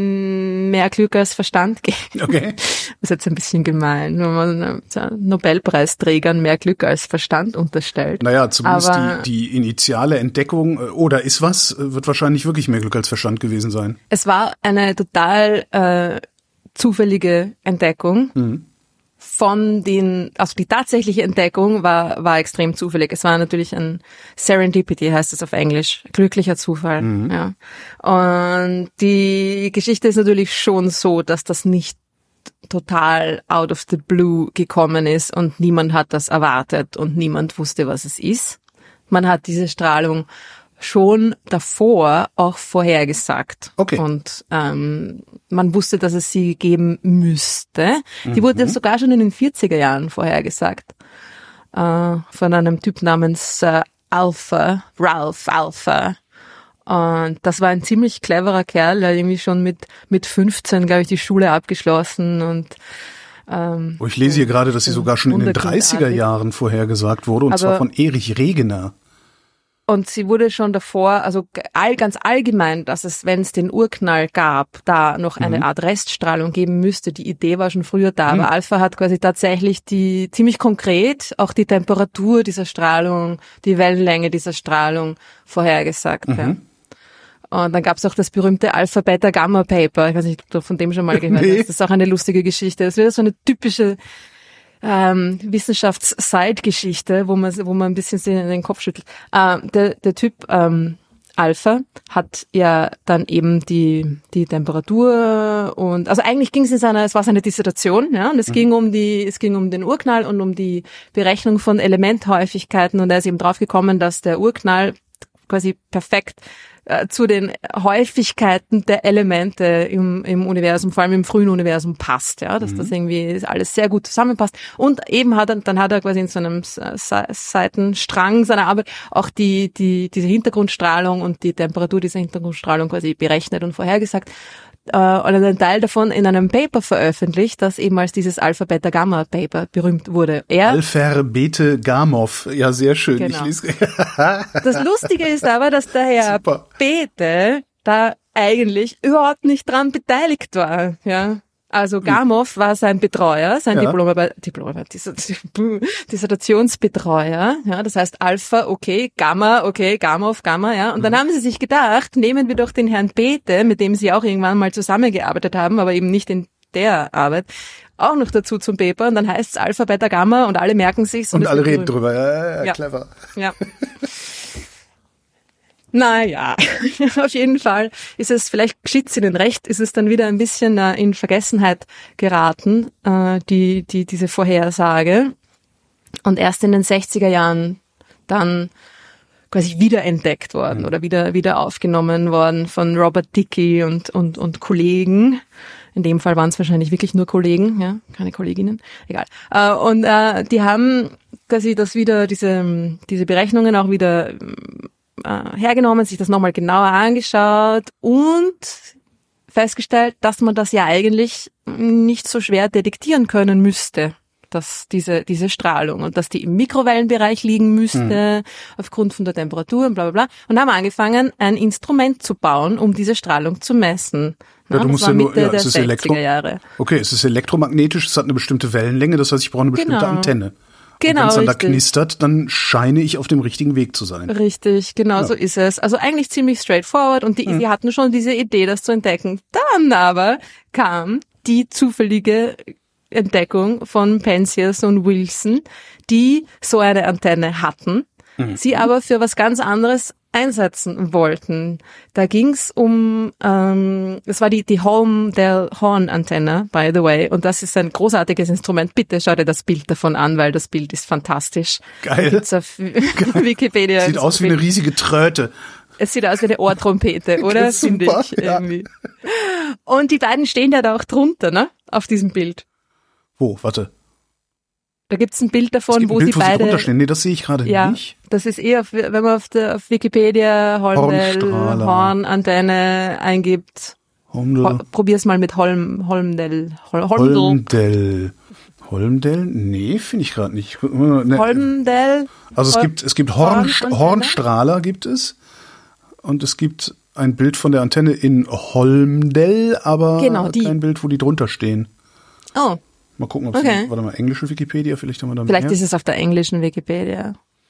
mh, mehr Glück als Verstand geht. Okay. Das ist jetzt ein bisschen gemein, wenn man äh, Nobelpreisträgern mehr Glück als Verstand unterstellt. Naja, zumindest Aber die, die initiale Entdeckung, oder ist was, wird wahrscheinlich wirklich mehr Glück als Verstand gewesen sein. Es war eine total äh, zufällige Entdeckung. Mhm. Von den, also die tatsächliche Entdeckung war war extrem zufällig. Es war natürlich ein Serendipity, heißt es auf Englisch, glücklicher Zufall. Mhm. Ja. Und die Geschichte ist natürlich schon so, dass das nicht total out of the blue gekommen ist und niemand hat das erwartet und niemand wusste, was es ist. Man hat diese Strahlung schon davor auch vorhergesagt. Okay. Und ähm, man wusste, dass es sie geben müsste. Die Mhm. wurde sogar schon in den vierziger Jahren vorhergesagt. Äh, von einem Typ namens äh, Alpha, Ralph Alpha. Und das war ein ziemlich cleverer Kerl, der irgendwie schon mit mit fünfzehn, glaube ich, die Schule abgeschlossen und ähm, Oh, ich lese hier gerade, dass sie sogar schon in den dreißiger Jahren vorhergesagt wurde, und Aber zwar von Erich Wegener. Und sie wurde schon davor, also all, ganz allgemein, dass es, wenn es den Urknall gab, da noch eine Mhm. Art Reststrahlung geben müsste. Die Idee war schon früher da, Mhm. aber Alpha hat quasi tatsächlich die, ziemlich konkret auch die Temperatur dieser Strahlung, die Wellenlänge dieser Strahlung vorhergesagt. Mhm. Ja. Und dann gab es auch das berühmte Alpha-Beta-Gamma-Paper. Ich weiß nicht, ob du von dem schon mal gehört Nee. hast. Das ist auch eine lustige Geschichte. Das wäre so eine typische ähm, Wissenschafts-Side-Geschichte, wo man, wo man ein bisschen sich in den Kopf schüttelt. Ähm, der, der Typ ähm, Alpha hat ja dann eben die die Temperatur und also eigentlich ging es in seiner, es war seine Dissertation, ja, und es mhm. ging um die, es ging um den Urknall und um die Berechnung von Elementhäufigkeiten, und er ist eben drauf gekommen, dass der Urknall quasi perfekt äh, zu den Häufigkeiten der Elemente im, im Universum, vor allem im frühen Universum passt, ja, dass mhm. das irgendwie alles sehr gut zusammenpasst. Und eben hat er, dann hat er quasi in so einem Seitenstrang seiner Arbeit auch die, die, diese Hintergrundstrahlung und die Temperatur dieser Hintergrundstrahlung quasi berechnet und vorhergesagt. Äh, und einen Teil davon in einem Paper veröffentlicht, das eben als dieses Alpha-Beta-Gamma-Paper berühmt wurde. Er, Alpha-Beta-Gamov, ja, sehr schön. Genau. Ich lese. Das Lustige ist aber, dass der Herr Super. Bethe da eigentlich überhaupt nicht dran beteiligt war, ja. Also Gamov war sein Betreuer, sein Ja. Diplomarbeit, Diplomarbeit, Dissertationsbetreuer, ja, das heißt Alpha, okay, Gamma, okay, Gamov, Gamma, ja. Und dann Mhm. haben sie sich gedacht, nehmen wir doch den Herrn Bethe, mit dem sie auch irgendwann mal zusammengearbeitet haben, aber eben nicht in der Arbeit, auch noch dazu zum Paper, und dann heißt es Alpha, Beta, Gamma, und alle merken sich's. Und es alle wird reden berühmt. drüber. Ja, ja, ja, Ja. clever. Ja. Naja, auf jeden Fall ist es, vielleicht geschieht's ihnen recht, ist es dann wieder ein bisschen äh, in Vergessenheit geraten, äh, die, die, diese Vorhersage. Und erst in den sechziger Jahren dann quasi wiederentdeckt worden mhm. oder wieder, wieder aufgenommen worden von Robert Dickey und, und, und Kollegen. In dem Fall waren es wahrscheinlich wirklich nur Kollegen, ja, keine Kolleginnen, egal. Äh, und äh, die haben quasi das wieder, diese, diese Berechnungen auch wieder äh, hergenommen, sich das nochmal genauer angeschaut und festgestellt, dass man das ja eigentlich nicht so schwer detektieren können müsste, dass diese diese Strahlung, und dass die im Mikrowellenbereich liegen müsste, mhm. aufgrund von der Temperatur und bla bla bla. Und haben angefangen, ein Instrument zu bauen, um diese Strahlung zu messen. Ja, Na, du das musst war ja nur, Mitte ja, der es ist sechziger Elektro- Jahre. Okay, es ist elektromagnetisch, es hat eine bestimmte Wellenlänge, das heißt, ich brauche eine bestimmte Genau. Antenne. Genau, wenn es dann richtig. da knistert, dann scheine ich auf dem richtigen Weg zu sein. Richtig, genau Ja. so ist es. Also eigentlich ziemlich straightforward, und die, Mhm. die hatten schon diese Idee, das zu entdecken. Dann aber kam die zufällige Entdeckung von Penzias und Wilson, die so eine Antenne hatten, Mhm. sie aber für was ganz anderes einsetzen wollten. Da ging's um, ähm, das war die die Holmdel-Horn-Antenne, by the way, und das ist ein großartiges Instrument. Bitte schau dir das Bild davon an, weil das Bild ist fantastisch. Geil. Gibt's auf Wikipedia. Sieht aus wie eine riesige Tröte. Es sieht aus wie eine Ohrtrompete, oder? Super, Finde ich ja. irgendwie. Und die beiden stehen ja da auch drunter, ne? Auf diesem Bild. Wo, warte. Da gibt's ein Bild davon, Es gibt ein wo Bild, sie wo sie beide. drunter stehen. Nee, das sehe ich gerade Ja, nicht. das ist eher, auf, wenn man auf, der, auf Wikipedia Holmdel Hornstrahler. Hornantenne eingibt. Holmdel. Ho- Probier's mal mit Holm, Holmdel. Hol, Holmdel. Holmdel. Holmdel? Nee, finde ich gerade nicht. Ne. Holmdel. Also es Hol- gibt, es gibt Horn, Hornantenne? Hornstrahler gibt es. Und es gibt ein Bild von der Antenne in Holmdel, aber Genau, die. kein Bild, wo die drunter stehen. Oh, Mal gucken, ob es, Okay. warte mal, englische Wikipedia, vielleicht haben wir da vielleicht mehr. ist es auf der englischen Wikipedia.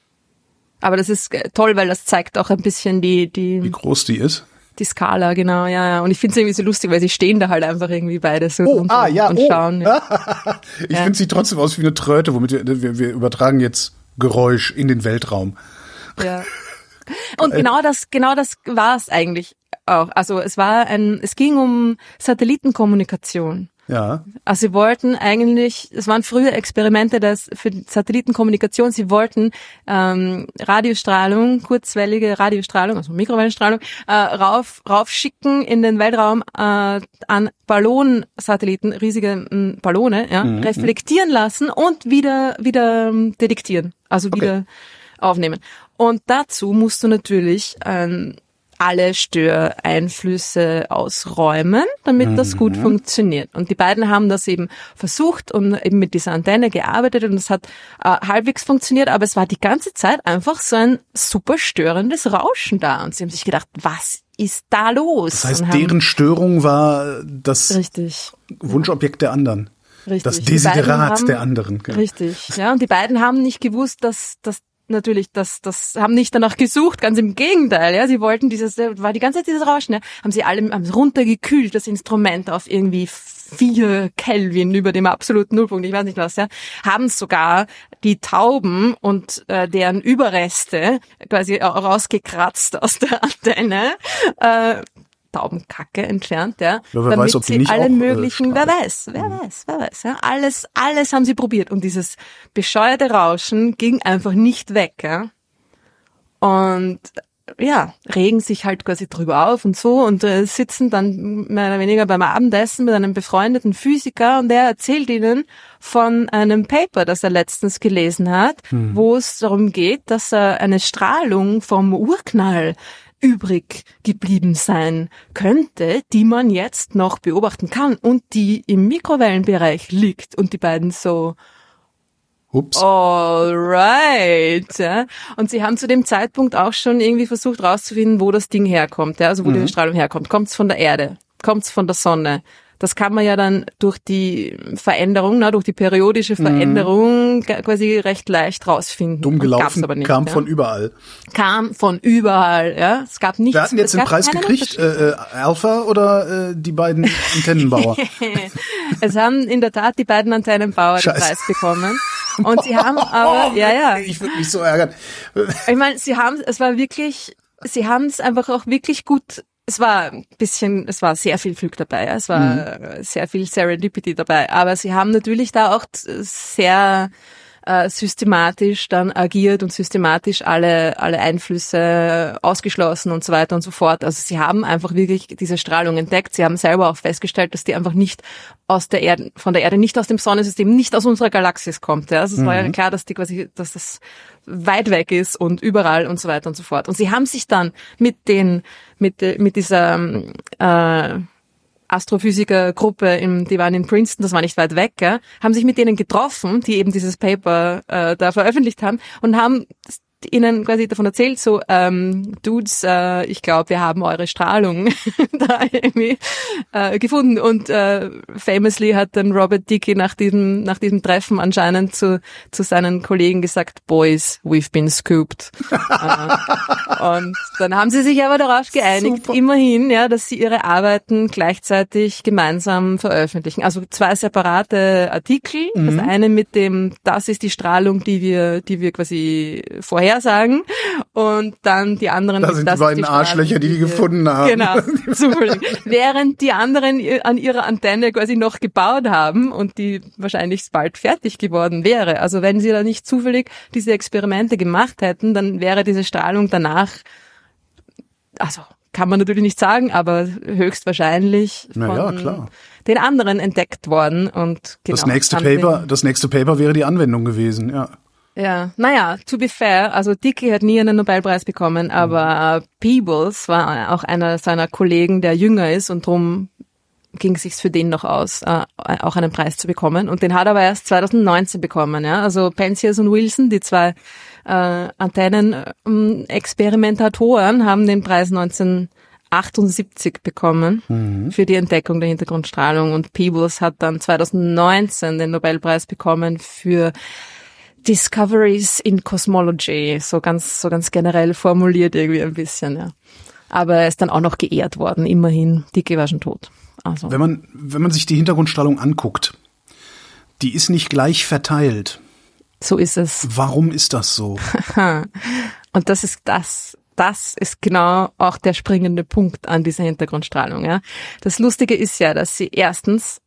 Aber das ist äh, toll, weil das zeigt auch ein bisschen die, die, Wie groß die ist. die Skala, genau, ja, ja. Und ich finde es irgendwie so lustig, weil sie stehen da halt einfach irgendwie beide so Oh, drunter ah, ja, und oh. schauen. Ja. Ich Ja. finde, sieht trotzdem aus wie eine Tröte, womit wir, wir, wir übertragen jetzt Geräusch in den Weltraum. Ja. Und genau das, genau das war es eigentlich auch. Also es war ein, es ging um Satellitenkommunikation. Ja. Also sie wollten eigentlich, es waren früher Experimente das für Satellitenkommunikation, sie wollten ähm, Radiostrahlung, kurzwellige Radiostrahlung, also Mikrowellenstrahlung, äh, rauf raufschicken in den Weltraum äh, an Ballonsatelliten, riesige äh, Ballone, ja, mhm. reflektieren lassen und wieder wieder ähm, detektieren, also wieder okay. aufnehmen. Und dazu musst du natürlich ähm, alle Störeinflüsse ausräumen, damit mhm. das gut funktioniert. Und die beiden haben das eben versucht und eben mit dieser Antenne gearbeitet und es hat äh, halbwegs funktioniert, aber es war die ganze Zeit einfach so ein super störendes Rauschen da. Und sie haben sich gedacht, was ist da los? Das heißt, deren Störung war das richtig. Wunschobjekt der anderen. Richtig. Das Desiderat haben, der anderen. Ja. Richtig, ja. Und die beiden haben nicht gewusst, dass dass natürlich, das, das haben nicht danach gesucht, ganz im Gegenteil, ja, sie wollten dieses, war die ganze Zeit dieses Rauschen, ja, haben sie alle, haben runtergekühlt, das Instrument auf irgendwie vier Kelvin über dem absoluten Nullpunkt, ich weiß nicht was, ja, haben sogar die Tauben und äh, deren Überreste quasi rausgekratzt aus der Antenne, äh, Taubenkacke entfernt, ja, ja wer damit weiß, ob die sie nicht alle auch, möglichen, äh, wer weiß, wer mhm. weiß, wer weiß, ja, alles, alles haben sie probiert und dieses bescheuerte Rauschen ging einfach nicht weg, ja, und ja, regen sich halt quasi drüber auf und so und äh, sitzen dann mehr oder weniger beim Abendessen mit einem befreundeten Physiker und der erzählt ihnen von einem Paper, das er letztens gelesen hat, mhm. wo es darum geht, dass er eine Strahlung vom Urknall übrig geblieben sein könnte, die man jetzt noch beobachten kann und die im Mikrowellenbereich liegt und die beiden so Ups. Alright. Ja. Und sie haben zu dem Zeitpunkt auch schon irgendwie versucht rauszufinden, wo das Ding herkommt, ja, also wo mhm. diese Strahlung herkommt. Kommt es von der Erde? Kommt es von der Sonne? Das kann man ja dann durch die Veränderung, na, durch die periodische Veränderung mhm. quasi recht leicht rausfinden. Dumm gelaufen, aber nicht, kam ja. von überall. Kam von überall, ja. Es gab nichts. Wer hat denn jetzt den Preis gekriegt? Äh, äh, Alpha oder äh, die beiden Antennenbauer? Es haben in der Tat die beiden Antennenbauer Scheiße. den Preis bekommen. Und sie haben aber, ja, ja. Ich würde mich so ärgern. Ich meine, sie haben, es war wirklich, sie haben es einfach auch wirklich gut. Es war ein bisschen, es war sehr viel Glück dabei, es war mhm. sehr viel Serendipity dabei, aber sie haben natürlich da auch sehr äh, systematisch dann agiert und systematisch alle alle Einflüsse ausgeschlossen und so weiter und so fort. Also sie haben einfach wirklich diese Strahlung entdeckt. Sie haben selber auch festgestellt, dass die einfach nicht aus der Erde, von der Erde, nicht aus dem Sonnensystem, nicht aus unserer Galaxis kommt. Ja? Also es mhm. war ja klar, dass die quasi, dass das weit weg ist und überall und so weiter und so fort. Und sie haben sich dann mit den, mit, mit dieser äh, Astrophysikergruppe, im, die waren in Princeton, das war nicht weit weg, gell, haben sich mit denen getroffen, die eben dieses Paper äh, da veröffentlicht haben und haben ihnen quasi davon erzählt, so, ähm, Dudes, äh, ich glaube, wir haben eure Strahlung da irgendwie äh, gefunden. Und äh, famously hat dann Robert Dicke nach diesem nach diesem Treffen anscheinend zu zu seinen Kollegen gesagt, Boys, we've been scooped. äh, und dann haben sie sich aber darauf geeinigt, Super. immerhin, ja, dass sie ihre Arbeiten gleichzeitig gemeinsam veröffentlichen. Also zwei separate Artikel. Mhm. Das eine mit dem, das ist die Strahlung, die wir, die wir quasi vorher sagen und dann die anderen. Das sind das die beiden die Arschlöcher, die die gefunden haben. Genau, zufällig. Während die anderen an ihrer Antenne quasi noch gebaut haben und die wahrscheinlich bald fertig geworden wäre. Also wenn sie da nicht zufällig diese Experimente gemacht hätten, dann wäre diese Strahlung danach, also kann man natürlich nicht sagen, aber höchstwahrscheinlich von naja, klar. den anderen entdeckt worden. Und genau, das nächste Paper, das nächste Paper wäre die Anwendung gewesen, ja. Ja, naja, to be fair, also Dicke hat nie einen Nobelpreis bekommen, aber äh, Peebles war auch einer seiner Kollegen, der jünger ist und drum ging es sich für den noch aus, äh, auch einen Preis zu bekommen. Und den hat er aber erst zwanzig neunzehn bekommen, ja. Also Penzias und Wilson, die zwei äh, Antennen-Experimentatoren, haben den Preis neunzehnhundertachtundsiebzig bekommen mhm. für die Entdeckung der Hintergrundstrahlung. Und Peebles hat dann zwanzig neunzehn den Nobelpreis bekommen für Discoveries in Cosmology, so ganz, so ganz generell formuliert irgendwie ein bisschen, ja. Aber er ist dann auch noch geehrt worden, immerhin. Dicke war schon tot. Also. Wenn man, wenn man sich die Hintergrundstrahlung anguckt, die ist nicht gleich verteilt. So ist es. Warum ist das so? Und das ist das, das ist genau auch der springende Punkt an dieser Hintergrundstrahlung, ja. Das Lustige ist ja, dass sie erstens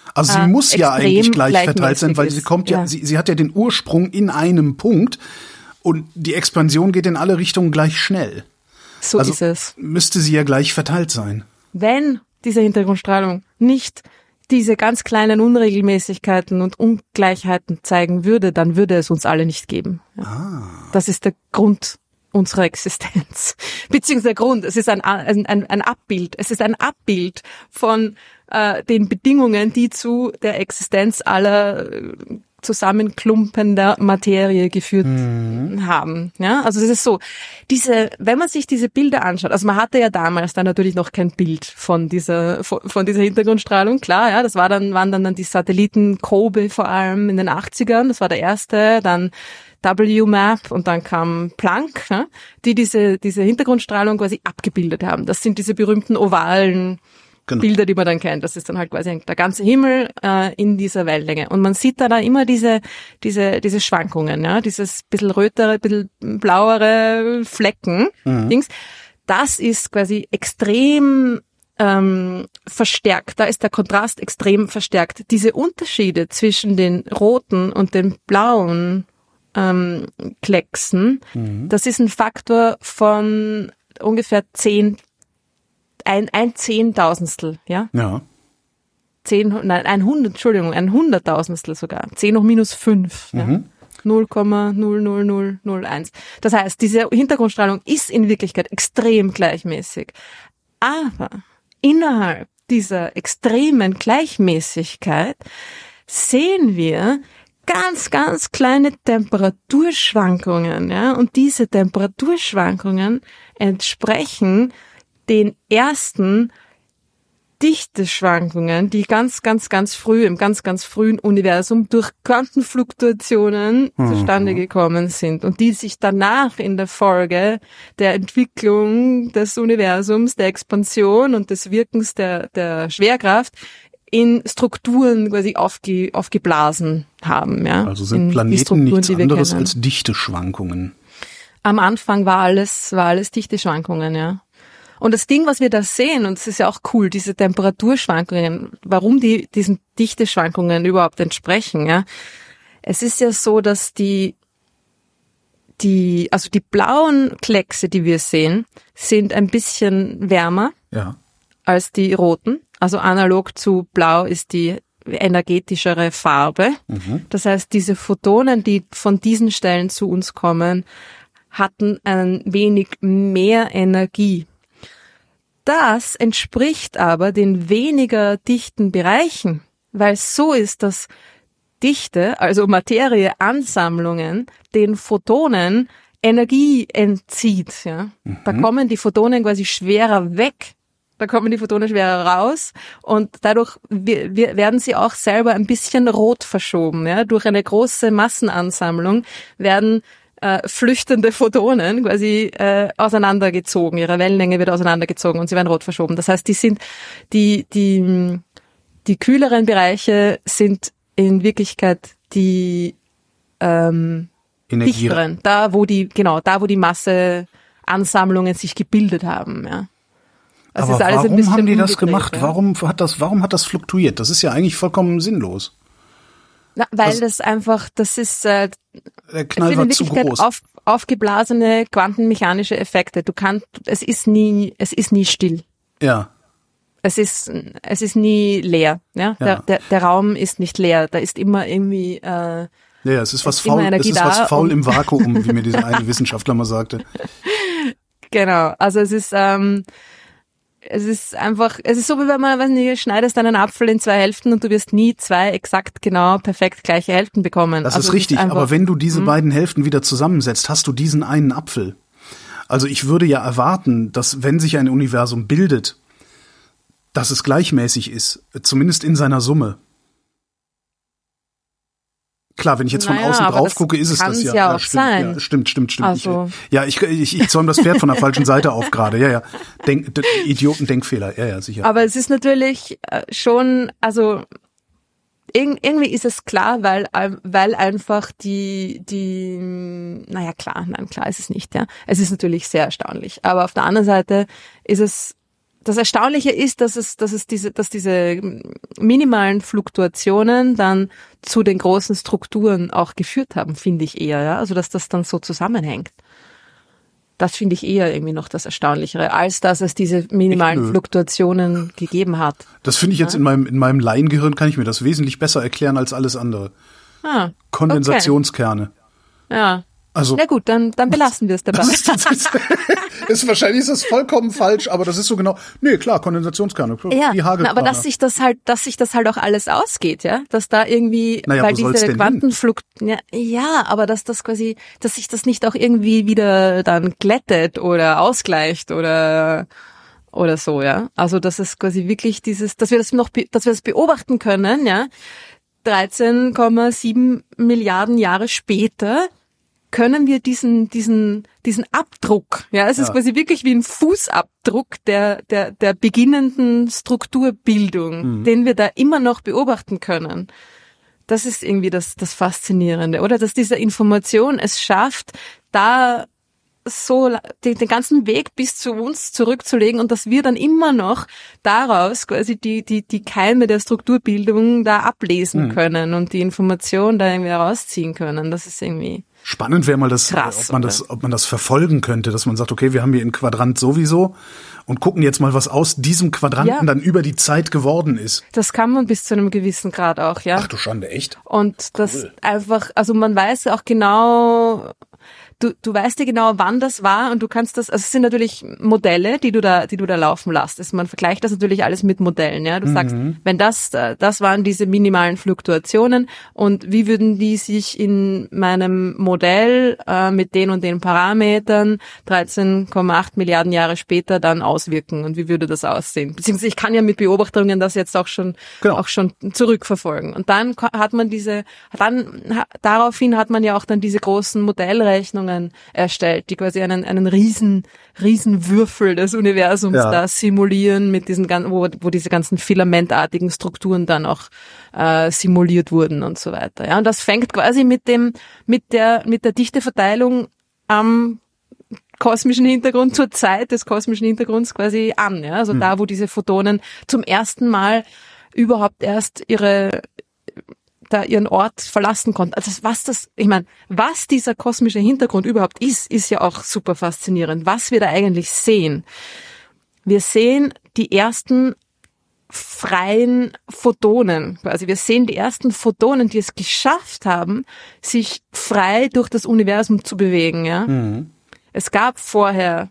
Also sie äh, muss ja eigentlich gleich verteilt sein, weil ist. sie kommt ja, ja. Sie, sie hat ja den Ursprung in einem Punkt und die Expansion geht in alle Richtungen gleich schnell. So also ist es. Müsste sie ja gleich verteilt sein. Wenn diese Hintergrundstrahlung nicht diese ganz kleinen Unregelmäßigkeiten und Ungleichheiten zeigen würde, dann würde es uns alle nicht geben. Ja. Ah. Das ist der Grund unserer Existenz. Beziehungsweise der Grund, es ist ein, ein, ein Abbild. Es ist ein Abbild von äh, den Bedingungen, die zu der Existenz aller äh, zusammenklumpender Materie geführt mhm. haben. Ja, also es ist so, diese, wenn man sich diese Bilder anschaut, also man hatte ja damals dann natürlich noch kein Bild von dieser, von, von dieser Hintergrundstrahlung, klar, ja, das war dann, waren dann, dann die Satelliten COBE vor allem in den achtzigern, das war der erste, dann W MAP und dann kam Planck, ja, die diese, diese Hintergrundstrahlung quasi abgebildet haben. Das sind diese berühmten ovalen Genau. Bilder, die man dann kennt. Das ist dann halt quasi der ganze Himmel äh, in dieser Wellenlänge. Und man sieht da, da immer diese diese diese Schwankungen, ja, dieses bisschen rötere, bisschen blauere Flecken. Mhm. Dings. Das ist quasi extrem ähm, verstärkt. Da ist der Kontrast extrem verstärkt. Diese Unterschiede zwischen den roten und den blauen ähm, Klecksen, mhm. das ist ein Faktor von ungefähr zehn Ein, ein Zehntausendstel, ja? Ja. Zehn, nein, ein Hundert, Entschuldigung, ein Hunderttausendstel sogar. Zehn hoch minus fünf, mhm. ja? null Komma null null null null eins. Das heißt, diese Hintergrundstrahlung ist in Wirklichkeit extrem gleichmäßig. Aber innerhalb dieser extremen Gleichmäßigkeit sehen wir ganz, ganz kleine Temperaturschwankungen, ja? Und diese Temperaturschwankungen entsprechen den ersten Dichteschwankungen, die ganz, ganz, ganz früh, im ganz, ganz frühen Universum durch Quantenfluktuationen mhm. zustande gekommen sind und die sich danach in der Folge der Entwicklung des Universums, der Expansion und des Wirkens der, der Schwerkraft in Strukturen quasi aufge, aufgeblasen haben. Ja? Also sind Planeten nichts anderes als Dichteschwankungen. Am Anfang war alles, war alles Dichteschwankungen, ja. Und das Ding, was wir da sehen, und es ist ja auch cool, diese Temperaturschwankungen, warum die diesen Dichteschwankungen überhaupt entsprechen, ja. Es ist ja so, dass die, die, also die blauen Kleckse, die wir sehen, sind ein bisschen wärmer ja. als die roten. Also analog zu Blau ist die energetischere Farbe. Mhm. Das heißt, diese Photonen, die von diesen Stellen zu uns kommen, hatten ein wenig mehr Energie. Das entspricht aber den weniger dichten Bereichen, weil es so ist, dass Dichte, also Materieansammlungen, den Photonen Energie entzieht. Ja? Mhm. Da kommen die Photonen quasi schwerer weg, da kommen die Photonen schwerer raus und dadurch werden sie auch selber ein bisschen rot verschoben. Ja? Durch eine große Massenansammlung werden Äh, flüchtende Photonen quasi äh, auseinandergezogen, ihre Wellenlänge wird auseinandergezogen und sie werden rot verschoben. Das heißt, die sind die die die kühleren Bereiche sind in Wirklichkeit die ähm, dichteren, da wo die genau da wo die Masseansammlungen sich gebildet haben. Ja. Das Aber ist alles warum ein bisschen haben die das gemacht? Ja? Warum hat das Warum hat das fluktuiert? Das ist ja eigentlich vollkommen sinnlos. Na, weil das, das einfach, das ist, äh, der Knall war zu groß. Auf, aufgeblasene quantenmechanische Effekte. Du kannst, es ist nie, es ist nie still. Ja. Es ist, es ist nie leer. Ja, ja. Der, der, der Raum ist nicht leer. Da ist immer irgendwie. Äh, ja, es ist was faul. Es ist was faul im Vakuum, wie mir dieser eine Wissenschaftler mal sagte. Genau. Also es ist. Ähm, Es ist einfach, es ist so, wie wenn man, weiß nicht, schneidest einen Apfel in zwei Hälften und du wirst nie zwei exakt genau perfekt gleiche Hälften bekommen. Das also ist richtig, ist einfach, aber wenn du diese mh. beiden Hälften wieder zusammensetzt, hast du diesen einen Apfel. Also ich würde ja erwarten, dass wenn sich ein Universum bildet, dass es gleichmäßig ist, zumindest in seiner Summe. Klar, wenn ich jetzt von naja, außen drauf gucke, ist es das ja. ja, ja, auch stimmt, sein. ja, stimmt, stimmt, stimmt. Also. Ich, ja, ich, ich, ich zäume das Pferd von der falschen Seite auf gerade. Ja, ja. Denk, Idioten-Denkfehler. Ja, ja, sicher. Aber es ist natürlich schon, also irgendwie ist es klar, weil weil einfach die die, naja klar, nein klar ist es nicht. Ja, es ist natürlich sehr erstaunlich. Aber auf der anderen Seite ist es das Erstaunliche ist, dass es, dass es diese, dass diese minimalen Fluktuationen dann zu den großen Strukturen auch geführt haben, finde ich eher, ja. Also, dass das dann so zusammenhängt. Das finde ich eher irgendwie noch das Erstaunlichere, als dass es diese minimalen Fluktuationen gegeben hat. Das finde ich jetzt ja? in meinem, in meinem Laiengehirn kann ich mir das wesentlich besser erklären als alles andere. Ah, Kondensationskerne. Okay. Ja. Also, na gut, dann, dann belassen wir es dabei. Das ist, das ist, ist, wahrscheinlich ist das vollkommen falsch, aber das ist so genau, nee, klar, Kondensationskerne, ja, wie Hagelkörner. Aber dass sich das halt, dass sich das halt auch alles ausgeht, ja, dass da irgendwie, naja, weil diese Quantenflug, ja, ja, aber dass das quasi, dass sich das nicht auch irgendwie wieder dann glättet oder ausgleicht oder, oder so, ja. Also, dass es quasi wirklich dieses, dass wir das noch, dass wir das beobachten können, ja, dreizehn Komma sieben Milliarden Jahre später, können wir diesen diesen diesen Abdruck, ja, es ist ja. quasi wirklich wie ein Fußabdruck der der der beginnenden Strukturbildung, mhm. den wir da immer noch beobachten können. Das ist irgendwie das das Faszinierende, oder? Dass diese Information es schafft, da so den, den ganzen Weg bis zu uns zurückzulegen und dass wir dann immer noch daraus quasi die die die Keime der Strukturbildung da ablesen mhm. können und die Information da irgendwie herausziehen können. Das ist irgendwie spannend wäre mal das, krass, ob man oder? das, ob man das verfolgen könnte, dass man sagt, okay, wir haben hier einen Quadrant sowieso und gucken jetzt mal, was aus diesem Quadranten ja. dann über die Zeit geworden ist. Das kann man bis zu einem gewissen Grad auch, ja. Ach du Schande, echt? Und das cool. einfach, also man weiß auch genau, du, du weißt ja genau, wann das war und du kannst das, also es sind natürlich Modelle, die du da, die du da laufen lässt. Also man vergleicht das natürlich alles mit Modellen, ja. Du mhm. sagst, wenn das, das waren diese minimalen Fluktuationen und wie würden die sich in meinem Modell äh, mit den und den Parametern dreizehn Komma acht Milliarden Jahre später dann auswirken und wie würde das aussehen? Beziehungsweise ich kann ja mit Beobachtungen das jetzt auch schon, genau. auch schon zurückverfolgen. Und dann hat man diese, dann, daraufhin hat man ja auch dann diese großen Modellrechnungen erstellt, die quasi einen einen riesen riesen Würfel des Universums ja. da simulieren mit diesen ganzen, wo wo diese ganzen filamentartigen Strukturen dann auch äh, simuliert wurden und so weiter. Ja, und das fängt quasi mit dem mit der mit der Dichteverteilung am kosmischen Hintergrund zur Zeit des kosmischen Hintergrunds quasi an. Ja, also hm. da, wo diese Photonen zum ersten Mal überhaupt erst ihre da ihren Ort verlassen konnten. Also was das, ich meine, was dieser kosmische Hintergrund überhaupt ist, ist ja auch super faszinierend. Was wir da eigentlich sehen. Wir sehen die ersten freien Photonen. Also wir sehen die ersten Photonen, die es geschafft haben, sich frei durch das Universum zu bewegen. Ja, mhm. Es gab vorher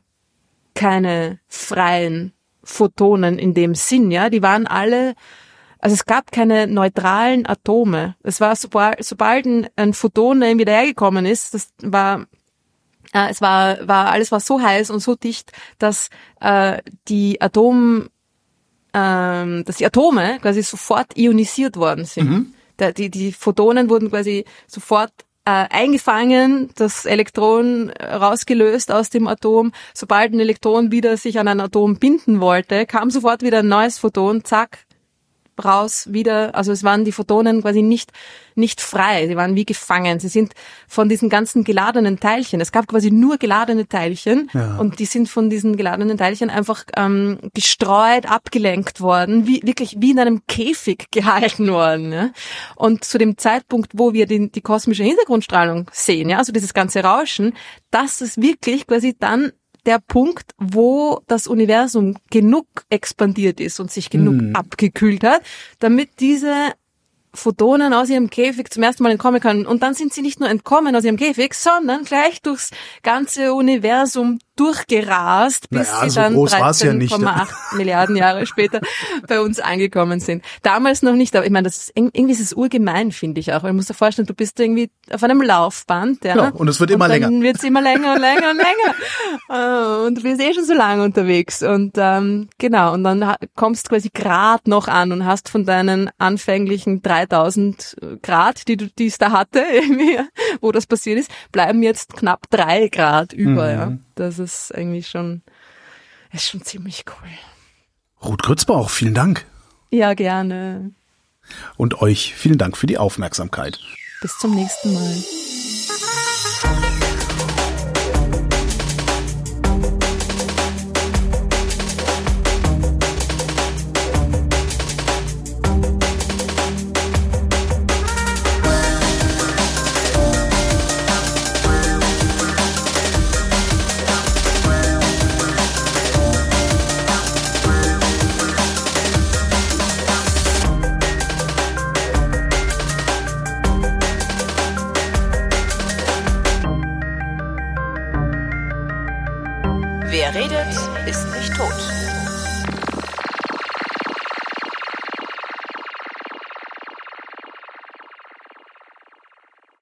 keine freien Photonen in dem Sinn. Ja, die waren alle Also es gab keine neutralen Atome. Es war, sobald, sobald ein, ein Photon irgendwie dahergekommen ist, das war, äh, es war, war, alles war so heiß und so dicht, dass äh, die Atom, ähm, dass die Atome quasi sofort ionisiert worden sind. Mhm. Da, die, die Photonen wurden quasi sofort äh, eingefangen, das Elektron rausgelöst aus dem Atom. Sobald ein Elektron wieder sich an ein Atom binden wollte, kam sofort wieder ein neues Photon, zack, raus, wieder, also es waren die Photonen quasi nicht nicht frei, sie waren wie gefangen. Sie sind von diesen ganzen geladenen Teilchen, es gab quasi nur geladene Teilchen ja. und die sind von diesen geladenen Teilchen einfach ähm, gestreut, abgelenkt worden, wie wirklich wie in einem Käfig gehalten worden. Ja? Und zu dem Zeitpunkt, wo wir die, die kosmische Hintergrundstrahlung sehen, ja, also dieses ganze Rauschen, das ist wirklich quasi dann der Punkt, wo das Universum genug expandiert ist und sich genug hm. abgekühlt hat, damit diese Photonen aus ihrem Käfig zum ersten Mal entkommen können. Und dann sind sie nicht nur entkommen aus ihrem Käfig, sondern gleich durchs ganze Universum durchgerast, bis naja, sie dann so dreizehn Komma acht ja Milliarden Jahre später bei uns angekommen sind. Damals noch nicht, aber ich meine, das ist, irgendwie ist es urgemein, finde ich auch. Weil du musst dir vorstellen, du bist irgendwie auf einem Laufband, ja. Ja, und es wird immer und länger. Dann wird es immer länger und länger und länger. Und du bist eh schon so lange unterwegs. Und ähm, genau, und dann kommst du quasi Grad noch an und hast von deinen anfänglichen dreitausend Grad, die du, die es da hatte, irgendwie, wo das passiert ist, bleiben jetzt knapp drei Grad über, mhm. ja. Das ist irgendwie schon, ist schon ziemlich cool. Ruth Grützbauch, vielen Dank. Ja, gerne. Und euch vielen Dank für die Aufmerksamkeit. Bis zum nächsten Mal. Wer redet, ist nicht tot.